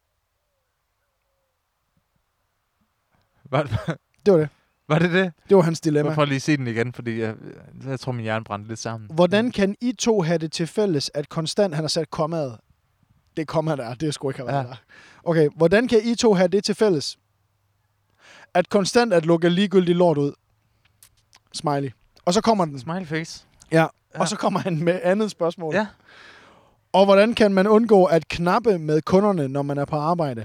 Det var det. Var det det? Det var hans dilemma. Hvorfor lige se den igen, fordi jeg tror, min hjerne brændte lidt sammen. Hvordan kan I to have det til fælles, at konstant... Han har sat kommaet. Det komma der, det skulle ikke have været der. Okay, hvordan kan I to have det til fælles, at konstant at lukke ligegyldigt lort ud? Smiley. Og så kommer den. Smiley face. Ja, og så kommer han med andet spørgsmål. Ja. Og hvordan kan man undgå at knappe med kunderne, når man er på arbejde?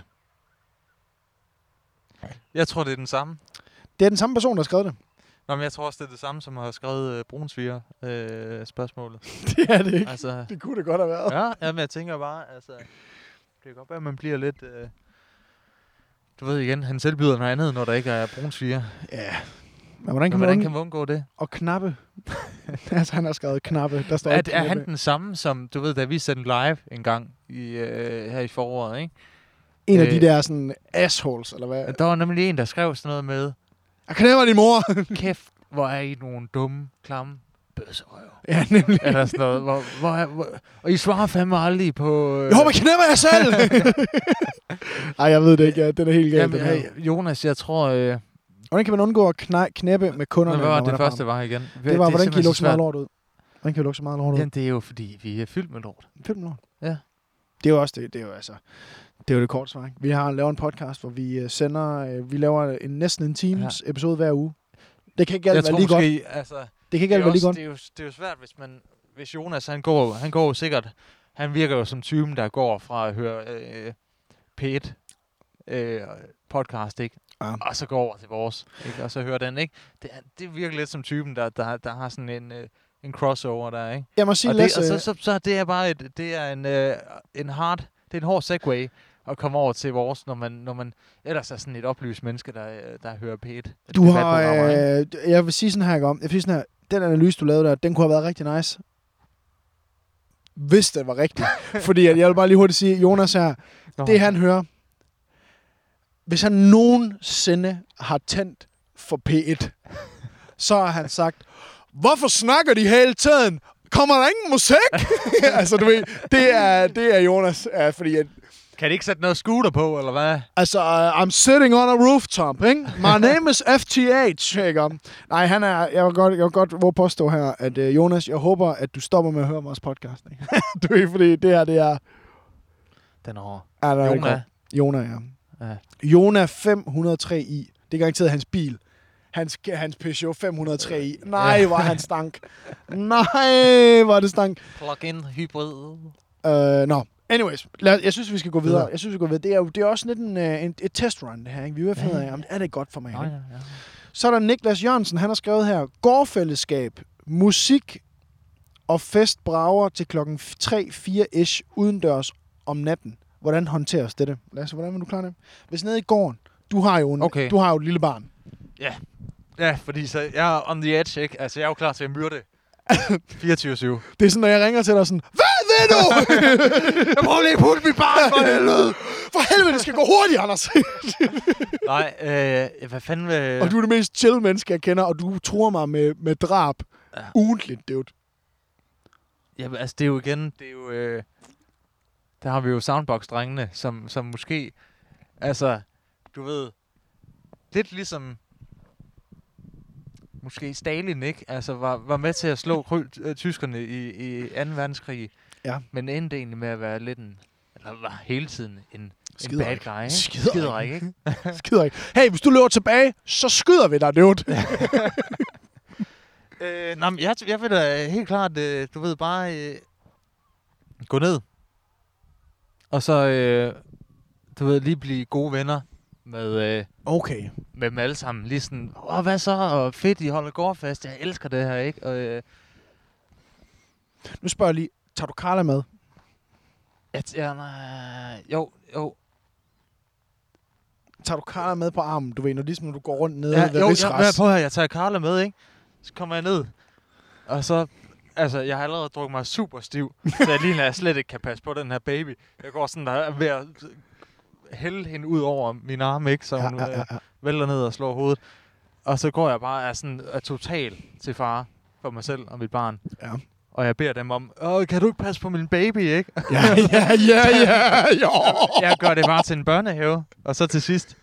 Jeg tror, det er den samme. Det er den samme person, der har skrevet det. Nå, men jeg tror også, det er det samme, som har skrevet brunsviger spørgsmålet. Det er det ikke. Altså, det kunne det godt have været. Ja, men jeg tænker bare, altså, det kan godt være, at man bliver lidt... du ved igen, han selv byder noget andet, når der ikke er brunsviger. Ja. Men hvordan kan man undgå det? Og knappe. Altså, han har skrevet knappe. Der står er han den samme, som, du ved, da vi sendte live en gang her i foråret, ikke? En af de der sådan assholes, eller hvad? Der var nemlig en, der skrev sådan noget med... Jeg knæver din mor! Kæft, hvor er I nogle dumme, klamme bøsserøv. Ja, nemlig. Eller sådan noget. Og I svarer fandme aldrig på... Jeg håber, jeg knæver jer selv! Ej, jeg ved det ikke. Ja, den er helt galt. Jamen, Jonas, jeg tror... Hvordan kan man undgå at knæppe med kunderne? Hvad var det første var igen? Det var, hvordan kan I lukke så meget lort ud? Hvordan kan I lukke så meget lort ud? Jamen, det er jo, fordi vi er fyldt med lort. Fyldt med lort? Ja. Det er jo også det. Det er jo altså... Det er jo det korte svar. Vi har lavet en podcast, hvor vi vi laver næsten en times episode hver uge. Det kan ikke alt være lige godt. Altså, det kan ikke alt være lige godt. Det er jo svært, hvis Jonas, han går jo sikkert, han virker jo som typen, der går fra at høre P1 podcast, ikke? Ja. Og så går over til vores, ikke? Og så hører den, ikke? Det virker lidt som typen, der har sådan en crossover der, ikke? Jeg må sige, og så det er bare det er en hård segway at komme over til vores, når man ellers er sådan et oplyst menneske, der hører P1. Du har, jeg vil sige sådan her, den analyse, du lavede der, den kunne have været rigtig nice. Hvis det var rigtigt. Fordi jeg vil bare lige hurtigt sige, Jonas her, det han hører, hvis han nogensinde har tændt for P1, så har han sagt, hvorfor snakker de hele tiden? Kommer der ingen musik? Altså, du ved, det er Jonas, fordi at... Kan de ikke sætte noget scooter på, eller hvad? Altså, I'm sitting on a rooftop, ikke? My name is FTH, ikke? Nej, jeg vil godt våge påstå her, at Jonas, jeg håber, at du stopper med at høre vores podcast, ikke? Du ved, fordi det her, det er... Den er hård. Jona, ja. Jona 503i. Det er garanteret hans bil. Hans Peugeot 503i. Nej, hvor han stank. Nej, hvor det stank. Plug-in hybrid. Anyways, jeg synes, vi skal gå videre. Det er også lidt et testrun, det her. Ikke? Vi vil finde ud af, om er det godt for mig. Ja. Så er der Niklas Jørgensen, han har skrevet her, gårdfællesskab, musik og fest brager til klokken 3-4-ish udendørs om natten. Hvordan håndteres dette? Lasse, hvordan vil du klare det? Hvis nede i gården, du har jo et lille barn. Ja. Ja, fordi så jeg er on the edge, ikke? Altså, jeg er jo klar til at myrde 24/7. Det er sådan, når jeg ringer til dig sådan, hvad ved du? Jeg prøver lige at putte mit barn, for helvede! For helvede, det skal gå hurtigt, Anders! Nej, hvad fanden vil... Og du er det mest chill menneske, jeg kender, og du truer mig med drab ugentligt, dude. Jamen, altså, det er jo igen, der har vi jo Soundbox-drengene, som måske, altså, du ved, lidt ligesom... Måske Stalin, ikke? Altså, var med til at slå tyskerne i 2. verdenskrig. Ja. Men endte egentlig med at være lidt var hele tiden en bad guy, ikke? Skiderik, ikke? Skiderik. Hey, hvis du løber tilbage, så skyder vi dig, dude. Jeg vil da helt klart, du ved, bare gå ned. Og så, du ved, lige blive gode venner med... med dem alle sammen. Lige sådan, hvad så? Og fedt, I holder gårdfest. Jeg elsker det her, ikke? Og, nu spørger jeg lige, tager du Carla med? Jo. Tager du Carla med på armen, du ved, ligesom når du går rundt nede ved Rigsrets? Jeg tager Carla med, ikke? Så kommer jeg ned, og så... Altså, jeg har allerede drukket mig super stiv, så jeg ligner, jeg slet ikke kan passe på den her baby. Jeg går sådan der ved at hælde hende ud over min arm, ikke? Så hun vælter ned og slår hovedet. Og så går jeg bare er total til fare for mig selv og mit barn. Ja. Og jeg beder dem om, kan du ikke passe på min baby, ikke? Ja. Jeg gør det bare til en børnehave. Og så til sidst...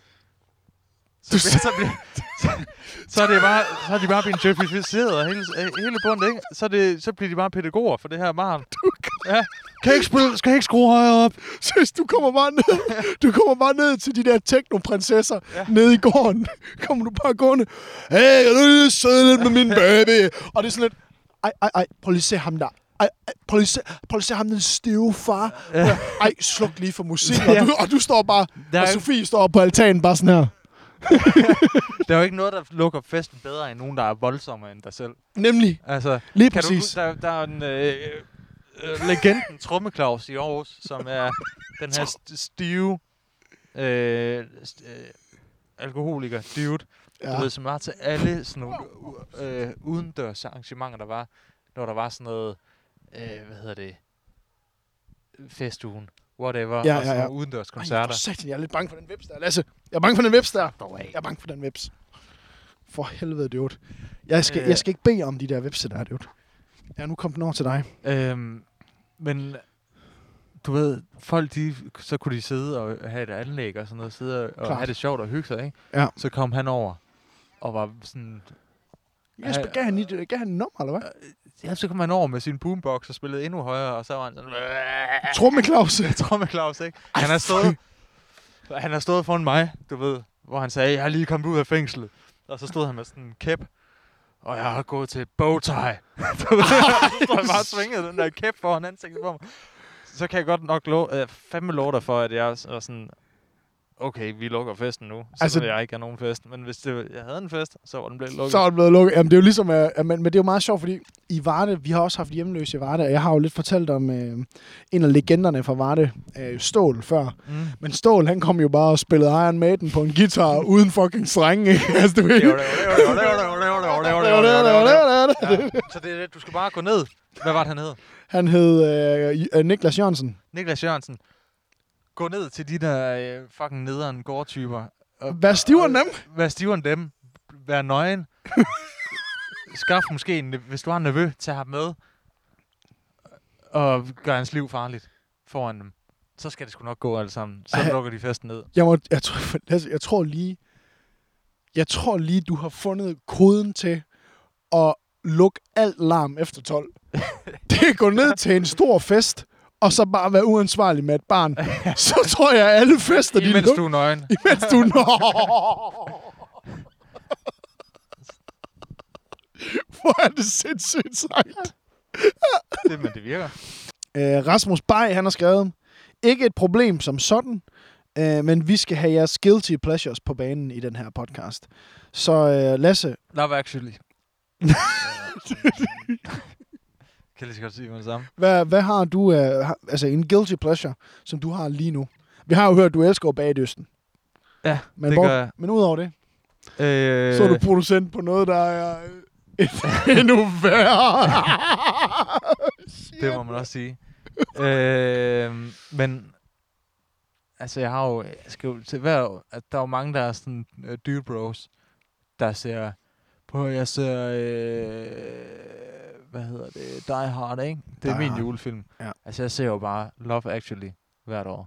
Så er de bare blevet djøfificeret og hele bundet, ikke? Så bliver de bare pædagoger for det her barn. Ja. Skal ikke skrue højere op? Seriøst, du kommer bare ned til de der teknoprinsesser nede i gården. Kommer du bare gående. Hey, kan du lige sidde lidt med min baby? Og det er sådan lidt, ej, prøv lige at se ham der. Prøv lige at se ham, den stive far. Ja. Ej, sluk lige for musik. Og du står bare, og Sofie står på altanen bare sådan her. Der er jo ikke noget, der lukker festen bedre end nogen, der er voldsommere end dig selv. Nemlig. Altså, lige præcis. Der er en legenden Trommeklaus i Aarhus, som er den her stive alkoholiker dude, du ved, som var til alle sådan nogle udendørs arrangementer, der var, når der var sådan noget, festugen. Whatever, og sådan nogle udendørs koncerter. Jeg er lidt bange for den vips der, Lasse. Jeg er bange for den vips der. Jeg er bange for den vips. For helvede, dude. Jeg skal ikke bede om de der vipse der, dude. Jeg er nu kommet den over til dig. Men du ved, folk så kunne de sidde og have et anlæg og sådan noget, sidde og have det sjovt og hygge sig, ikke? Ja. Så kom han over og var sådan... Gav han en nummer, eller hvad? Ja, så kom han over med sin boombox og spillede endnu højere, og så var han sådan... Trommeklaus, ikke? Han har stået foran mig, du ved, hvor han sagde, jeg har lige kommet ud af fængslet. Og så stod han med sådan en kæp, og jeg har gået til bowtie. Så stod han bare og svingede den der kæp foran ansigtet på mig. Så kan jeg godt nok fandme love dig for, at jeg var sådan... Okay, vi lukker festen nu, så vil jeg ikke have nogen fest. Men hvis jeg havde en fest, så var den blevet lukket. Så var den blevet lukket. Jamen, det er jo ligesom... men det er jo meget sjovt, fordi i Varde, vi har også haft hjemløse i Varde, og jeg har jo lidt fortalt om en af legenderne fra Varde, Stål, før. Men Stål, han kom jo bare og spillede Iron Maiden på en guitar uden fucking strenge, ikke? Altså, du ved... Så det er det, du skal bare gå ned. Hvad var det, han hed? Han hed Niklas Jørgensen. Niklas Jørgensen. Gå ned til de der fucking nederen gårdtyper. Vær stivere end dem. Vær stivere end dem. Vær nøgen. Skaff måske, hvis du har en nevø, tag ham med. Og gør hans liv farligt foran dem. Så skal det sgu nok gå alle sammen. Så lukker de festen ned. Jeg tror lige, du har fundet koden til at lukke alt larm efter 12. Det er gå ned til en stor fest, og så bare være uansvarlig med et barn. Så tror jeg, at alle fester... Imens du er nøgen. Imens du er nøgen. Hvor er det sindssygt sagt. Men det virker. Rasmus Bay, han har skrevet, ikke et problem som sådan, men vi skal have jeres guilty pleasures på banen i den her podcast. Så Lasse... Love Actually. Kan jeg lige godt sige med det samme. Hvad har du, altså en guilty pleasure, som du har lige nu? Vi har jo hørt, at du elsker Bagdysten. Ja, det gør jeg. Men udover det, så er du producent på noget, der er endnu værre. Det må man også sige. Men altså, jeg har jo... at der er jo mange, der er sådan dude bros, der ser... Jeg ser... Die Hard, ikke? Det er min julefilm. Ja. Altså, jeg ser jo bare Love Actually hvert år.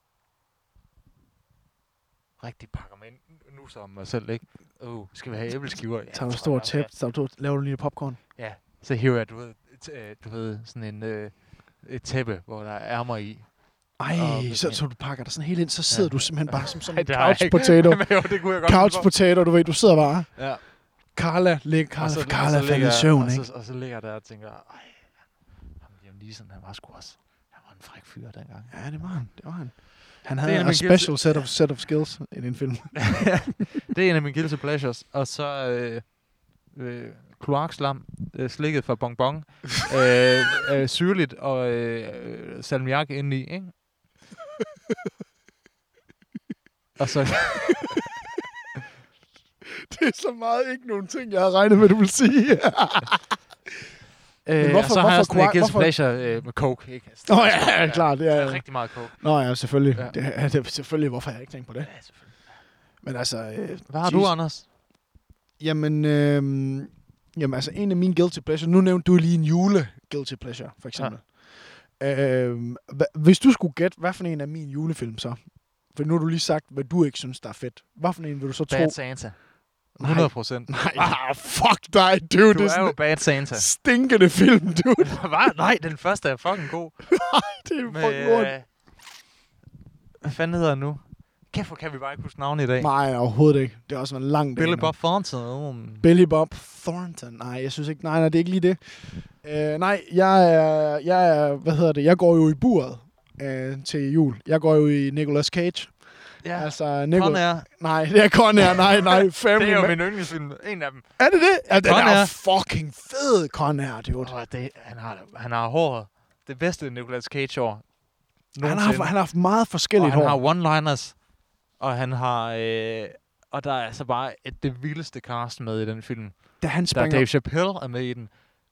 Rigtig pakker mig nu som mig selv, ikke? Skal vi have æbleskiver? Ja, tager du stor tæp? Laver du lige popcorn? Ja, så hiver jeg, du ved sådan et tæppe, hvor der er ærmer i. Ej, så du pakker dig sådan helt ind, så sidder du simpelthen bare som sådan en couch potato. Couch potato, du ved, du sidder bare. Ja. Carla faldt i søvn, ikke? Og så ligger jeg der og tænker, Liam Neeson, han var en fræk fyr dengang. Ja, det var han. Han havde en special set of skills i din film. Det er en af mine guilty pleasures. Og så kloakslam, slikket fra bonbon, syrligt og salmiak indeni, ikke? Og så... Det er så meget ikke nogen ting, jeg har regnet med, du vil sige. Men hvorfor har jeg sådan en guilty pleasure med coke, ikke? Ja, klart. Det er rigtig meget coke. Nå ja, selvfølgelig. Ja. Det er selvfølgelig, hvorfor har jeg ikke tænkt på det? Ja, selvfølgelig. Men altså... Hvad har du, Anders? Jamen, altså en af mine guilty pleasure... Nu nævnte du lige en guilty pleasure, for eksempel. Ja. Hvis du skulle gætte, hvad for en af mine julefilm så? For nu har du lige sagt, hvad du ikke synes, der er fedt. Hvad for en vil du så tro? Bad Santa. 100%. Nej, fuck dig, dude. Du er jo Bad Santa. Stinkende film, dude. Hvad? Nej, den første er fucking god. Nej, det er fucking lort. Hvad fanden hedder han nu? Kæft, hvor kan vi bare ikke huske navnet i dag. Nej, overhovedet ikke. Det er også en lang dag. Billy Bob Thornton. Billy Bob Thornton. Nej, jeg synes ikke. Nej, det er ikke lige det. Nej, jeg er, jeg går jo i buret til jul. Jeg går jo i Nicolas Cage. Ja, altså, Conair. Nej, det er Conair. Nej, Family Det er jo Man. min yndlingsfilm. En af dem. Er det det? Ja, den Conair. er fucking fed, Conair, dude. Han har håret. Det bedste Nicolas Cage-år. Han har haft meget forskelligt hår. Og han har one-liners. Og han har... og der er altså bare det vildeste cast med i den film. Da han springer... Der er Dave Chappelle er med i den.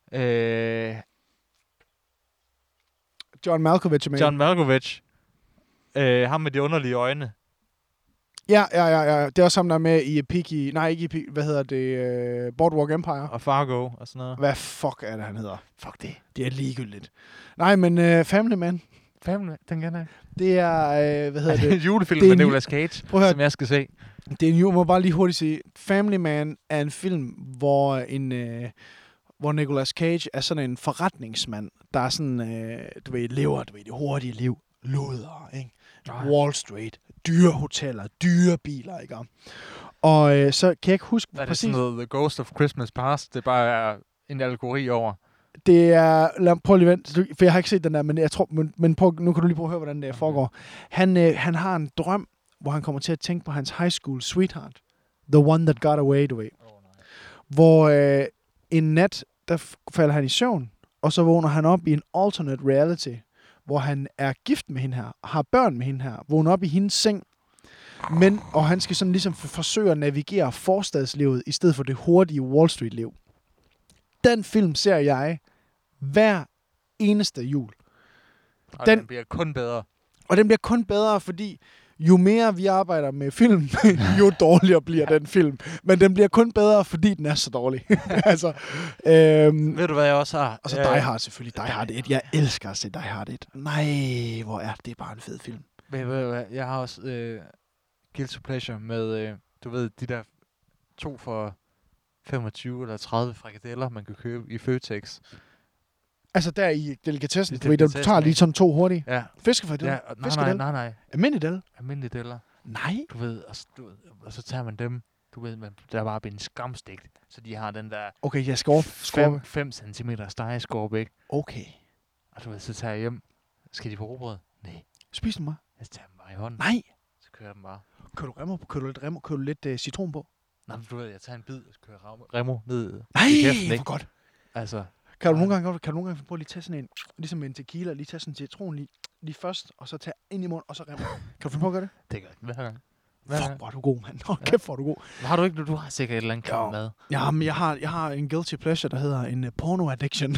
John Malkovich er med. John Malkovich. Ham med de underlige øjne. Ja. Det er også ham, der er med i Peaky... Nej, ikke i Peaky... Hvad hedder det? Boardwalk Empire. Og Fargo og sådan noget. Hvad fuck er det, han hedder? Fuck det. Det er ligegyldigt. Nej, men Family Man. Family, den kan jeg. Det er... hvad hedder det? En julefilm med Nicolas Cage, som jeg skal se. Det er en jul, må bare lige hurtigt sige. Family Man er en film, hvor Nicolas Cage er sådan en forretningsmand, der er sådan, lever det hurtige liv. Luder, ikke? Wall Street, dyre hoteller, dyre biler, ikke? Og så kan jeg ikke huske præcis... præcis... Er det sådan noget The Ghost of Christmas Past? Det bare er en allegori over... Det er... Prøv lige vent, for jeg har ikke set den der, men jeg tror... Men nu kan du lige prøve at høre, hvordan det foregår. Han har en drøm, hvor han kommer til at tænke på hans high school sweetheart. The one that got away, du ved. Hvor en nat, der falder han i søvn, og så vågner han op i en alternate reality, hvor han er gift med hende her, og har børn med hende her, vågner op i hendes seng, og han skal sådan ligesom forsøge at navigere forstadslivet, i stedet for det hurtige Wall Street-liv. Den film ser jeg hver eneste jul. Og den bliver kun bedre. Og den bliver kun bedre, fordi jo mere vi arbejder med film, jo dårligere bliver den film. Men den bliver kun bedre, fordi den er så dårlig. Altså, ved du, hvad jeg også har? Og så Die Hard selvfølgelig. Die Hard 1. Jeg elsker at se Die Hard 1. Nej, hvor er det bare en fed film. Ved du hvad? Jeg har også Guilty Pleasure med, du ved, de der 2 for 25 eller 30 frikadeller, man kan købe i Føtex. Altså der i delikatessen, du tager lige sådan 2 hurtigt. Ja. Fiskefrikadeller? Ja, nej. Almindelige deller? Nej. Du ved, og så tager man dem, du ved, der er bare blevet skamstegt, så de har den der... Okay, jeg skal 5 cm stegeskorpe, ikke? Okay. Og du ved, så tager jeg hjem. Skal de på rugbrød? Nej. Spis dem bare. Jeg tager dem bare i hånden. Nej. Så kører jeg dem bare. Kører du lidt citron på? Nej, men du ved, jeg tager en bid, og så kører Remo ned i kæften, ikke? For godt. Altså... Kan du nogle gange prøve at lige tage sådan en, ligesom en tequila, lige tage sådan en citron lige først, og så tage ind i munden, og så Remo. Kan du finde på at gøre det? Det gør jeg hver gang. Fuck, hvor er du god, mand. Kæft, hvor er du god. Har du ikke? Du har sikkert et eller andet kram mad. Ja, men jeg har en guilty pleasure, der hedder en porno addiction.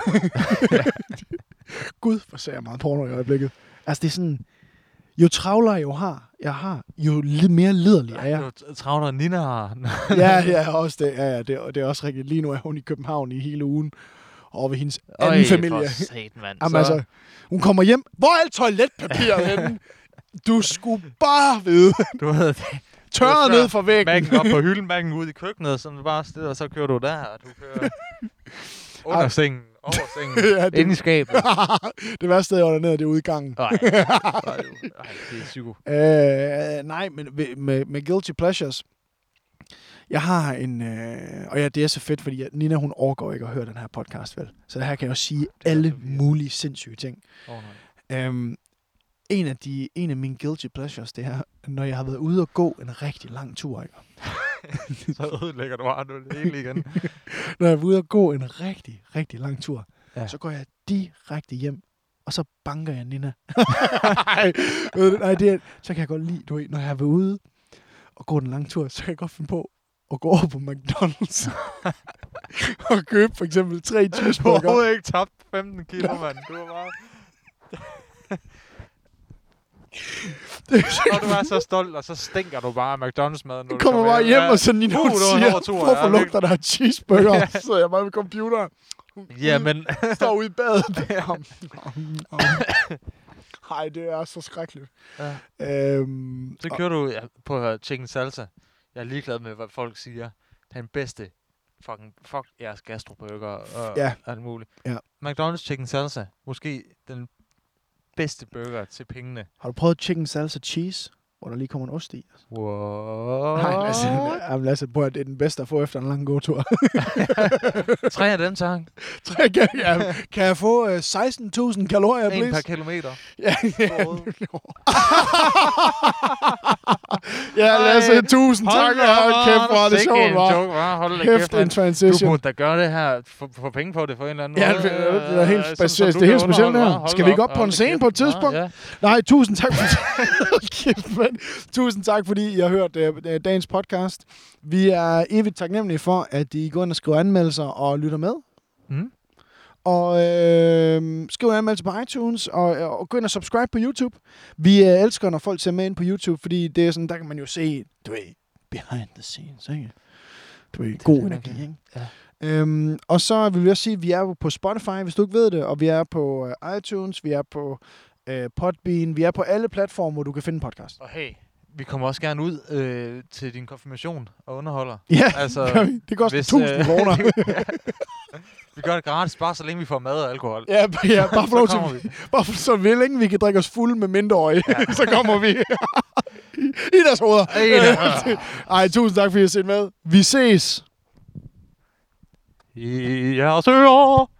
Gud, hvor ser jeg meget porno i øjeblikket. Altså, det er sådan... Jo travlere jeg har, jo lidt mere liderlig er jeg. Jo travlere Nina har. ja, også det. Ja, det er også rigtigt. Lige nu er hun i København i hele ugen. Og ved hendes anden familie. Jamen, altså, hun kommer hjem. Hvor er alt toiletpapiret henne? Du skulle bare vide. Du ved det. Tørret ned fra væggen. Mærken op på hylden, mærken ud i køkkenet, så du bare stille, og så kører du der, og du kører under sengen, over sengen, inde i skabet. Det værste sted, jeg var dernede, det er ude i gangen. Nej, det er psyko. Nej, men med guilty pleasures, jeg har en... og ja, det er så fedt, fordi Nina, hun overgår ikke at høre den her podcast, vel? Så her kan jeg også sige alle mulige sindssyge ting. En af mine guilty pleasures, det er, når jeg har været ude og gå en rigtig lang tur, ikke? Så ødelægger du bare det hele igen. Når jeg er ude og gå en rigtig, rigtig lang tur, så går jeg direkte hjem og så banker jeg Nina. Så kan jeg godt lide, du ved, når jeg er ude og går den lange tur, så kan jeg godt finde på at gå over på McDonald's og købe for eksempel 3 cheeseburger. Du har overhovedet ikke tabt 15 kilo, mand. Du var bare... og du er så stolt, og så stinker du bare af McDonald's-maden. Du kommer bare hjem, og så Nina siger, hvorfor lugter der af cheeseburger? Så sidder jeg bare ved computeren. Jamen. Står ude i badet. Nej, det er så skrækkeligt. Ja. Så kører du på chicken salsa. Jeg er ligeglad med, hvad folk siger. Den bedste fuck jeres gastroburger og alt muligt. Ja. McDonald's chicken salsa. Måske den bedste burger til pengene. Har du prøvet chicken salsa cheese, hvor der lige kommer en ost i? What? Nej, Lasse, prøv at det er den bedste at få efter en lang gåtur. 3 af dem, tak. 3 kan jeg få 16.000 kalorier, please? 1 per kilometer. Ja, Lasse, 1000 tak. Kæft, hvor er det sjovt, var. Kæft, en transition. Du burde da gøre det her, få penge på det for en eller anden måde. Ja, det er helt specielt. Det er helt specielt her. Skal vi ikke op på en scene på et tidspunkt? Nej, tusind tak. Tusind tak, fordi I har hørt dagens podcast. Vi er evigt taknemmelige for, at I går ind og skriver anmeldelser og lytter med. Og skriv en anmeldelse på iTunes, og gå ind og subscribe på YouTube. Vi elsker, når folk ser med ind på YouTube, fordi det er sådan, der kan man jo se, du ved, behind the scenes, ikke? Du ved, god energi, ikke? Ja. Og så vil vi også sige, at vi er på Spotify, hvis du ikke ved det, og vi er på iTunes, vi er på Podbean, vi er på alle platformer, hvor du kan finde podcast. Og hey, vi kommer også gerne ud til din konfirmation og underholder. Ja, altså, det koster 1000 kroner. Vi gør det gratis, bare så længe vi får mad og alkohol. Ja, bare for lov til, bare for så længe vi kan drikke os fulde med mindreårige, så kommer vi i deres hoveder. Ej, tusind tak, fordi I har set med. Vi ses. I jeres ører.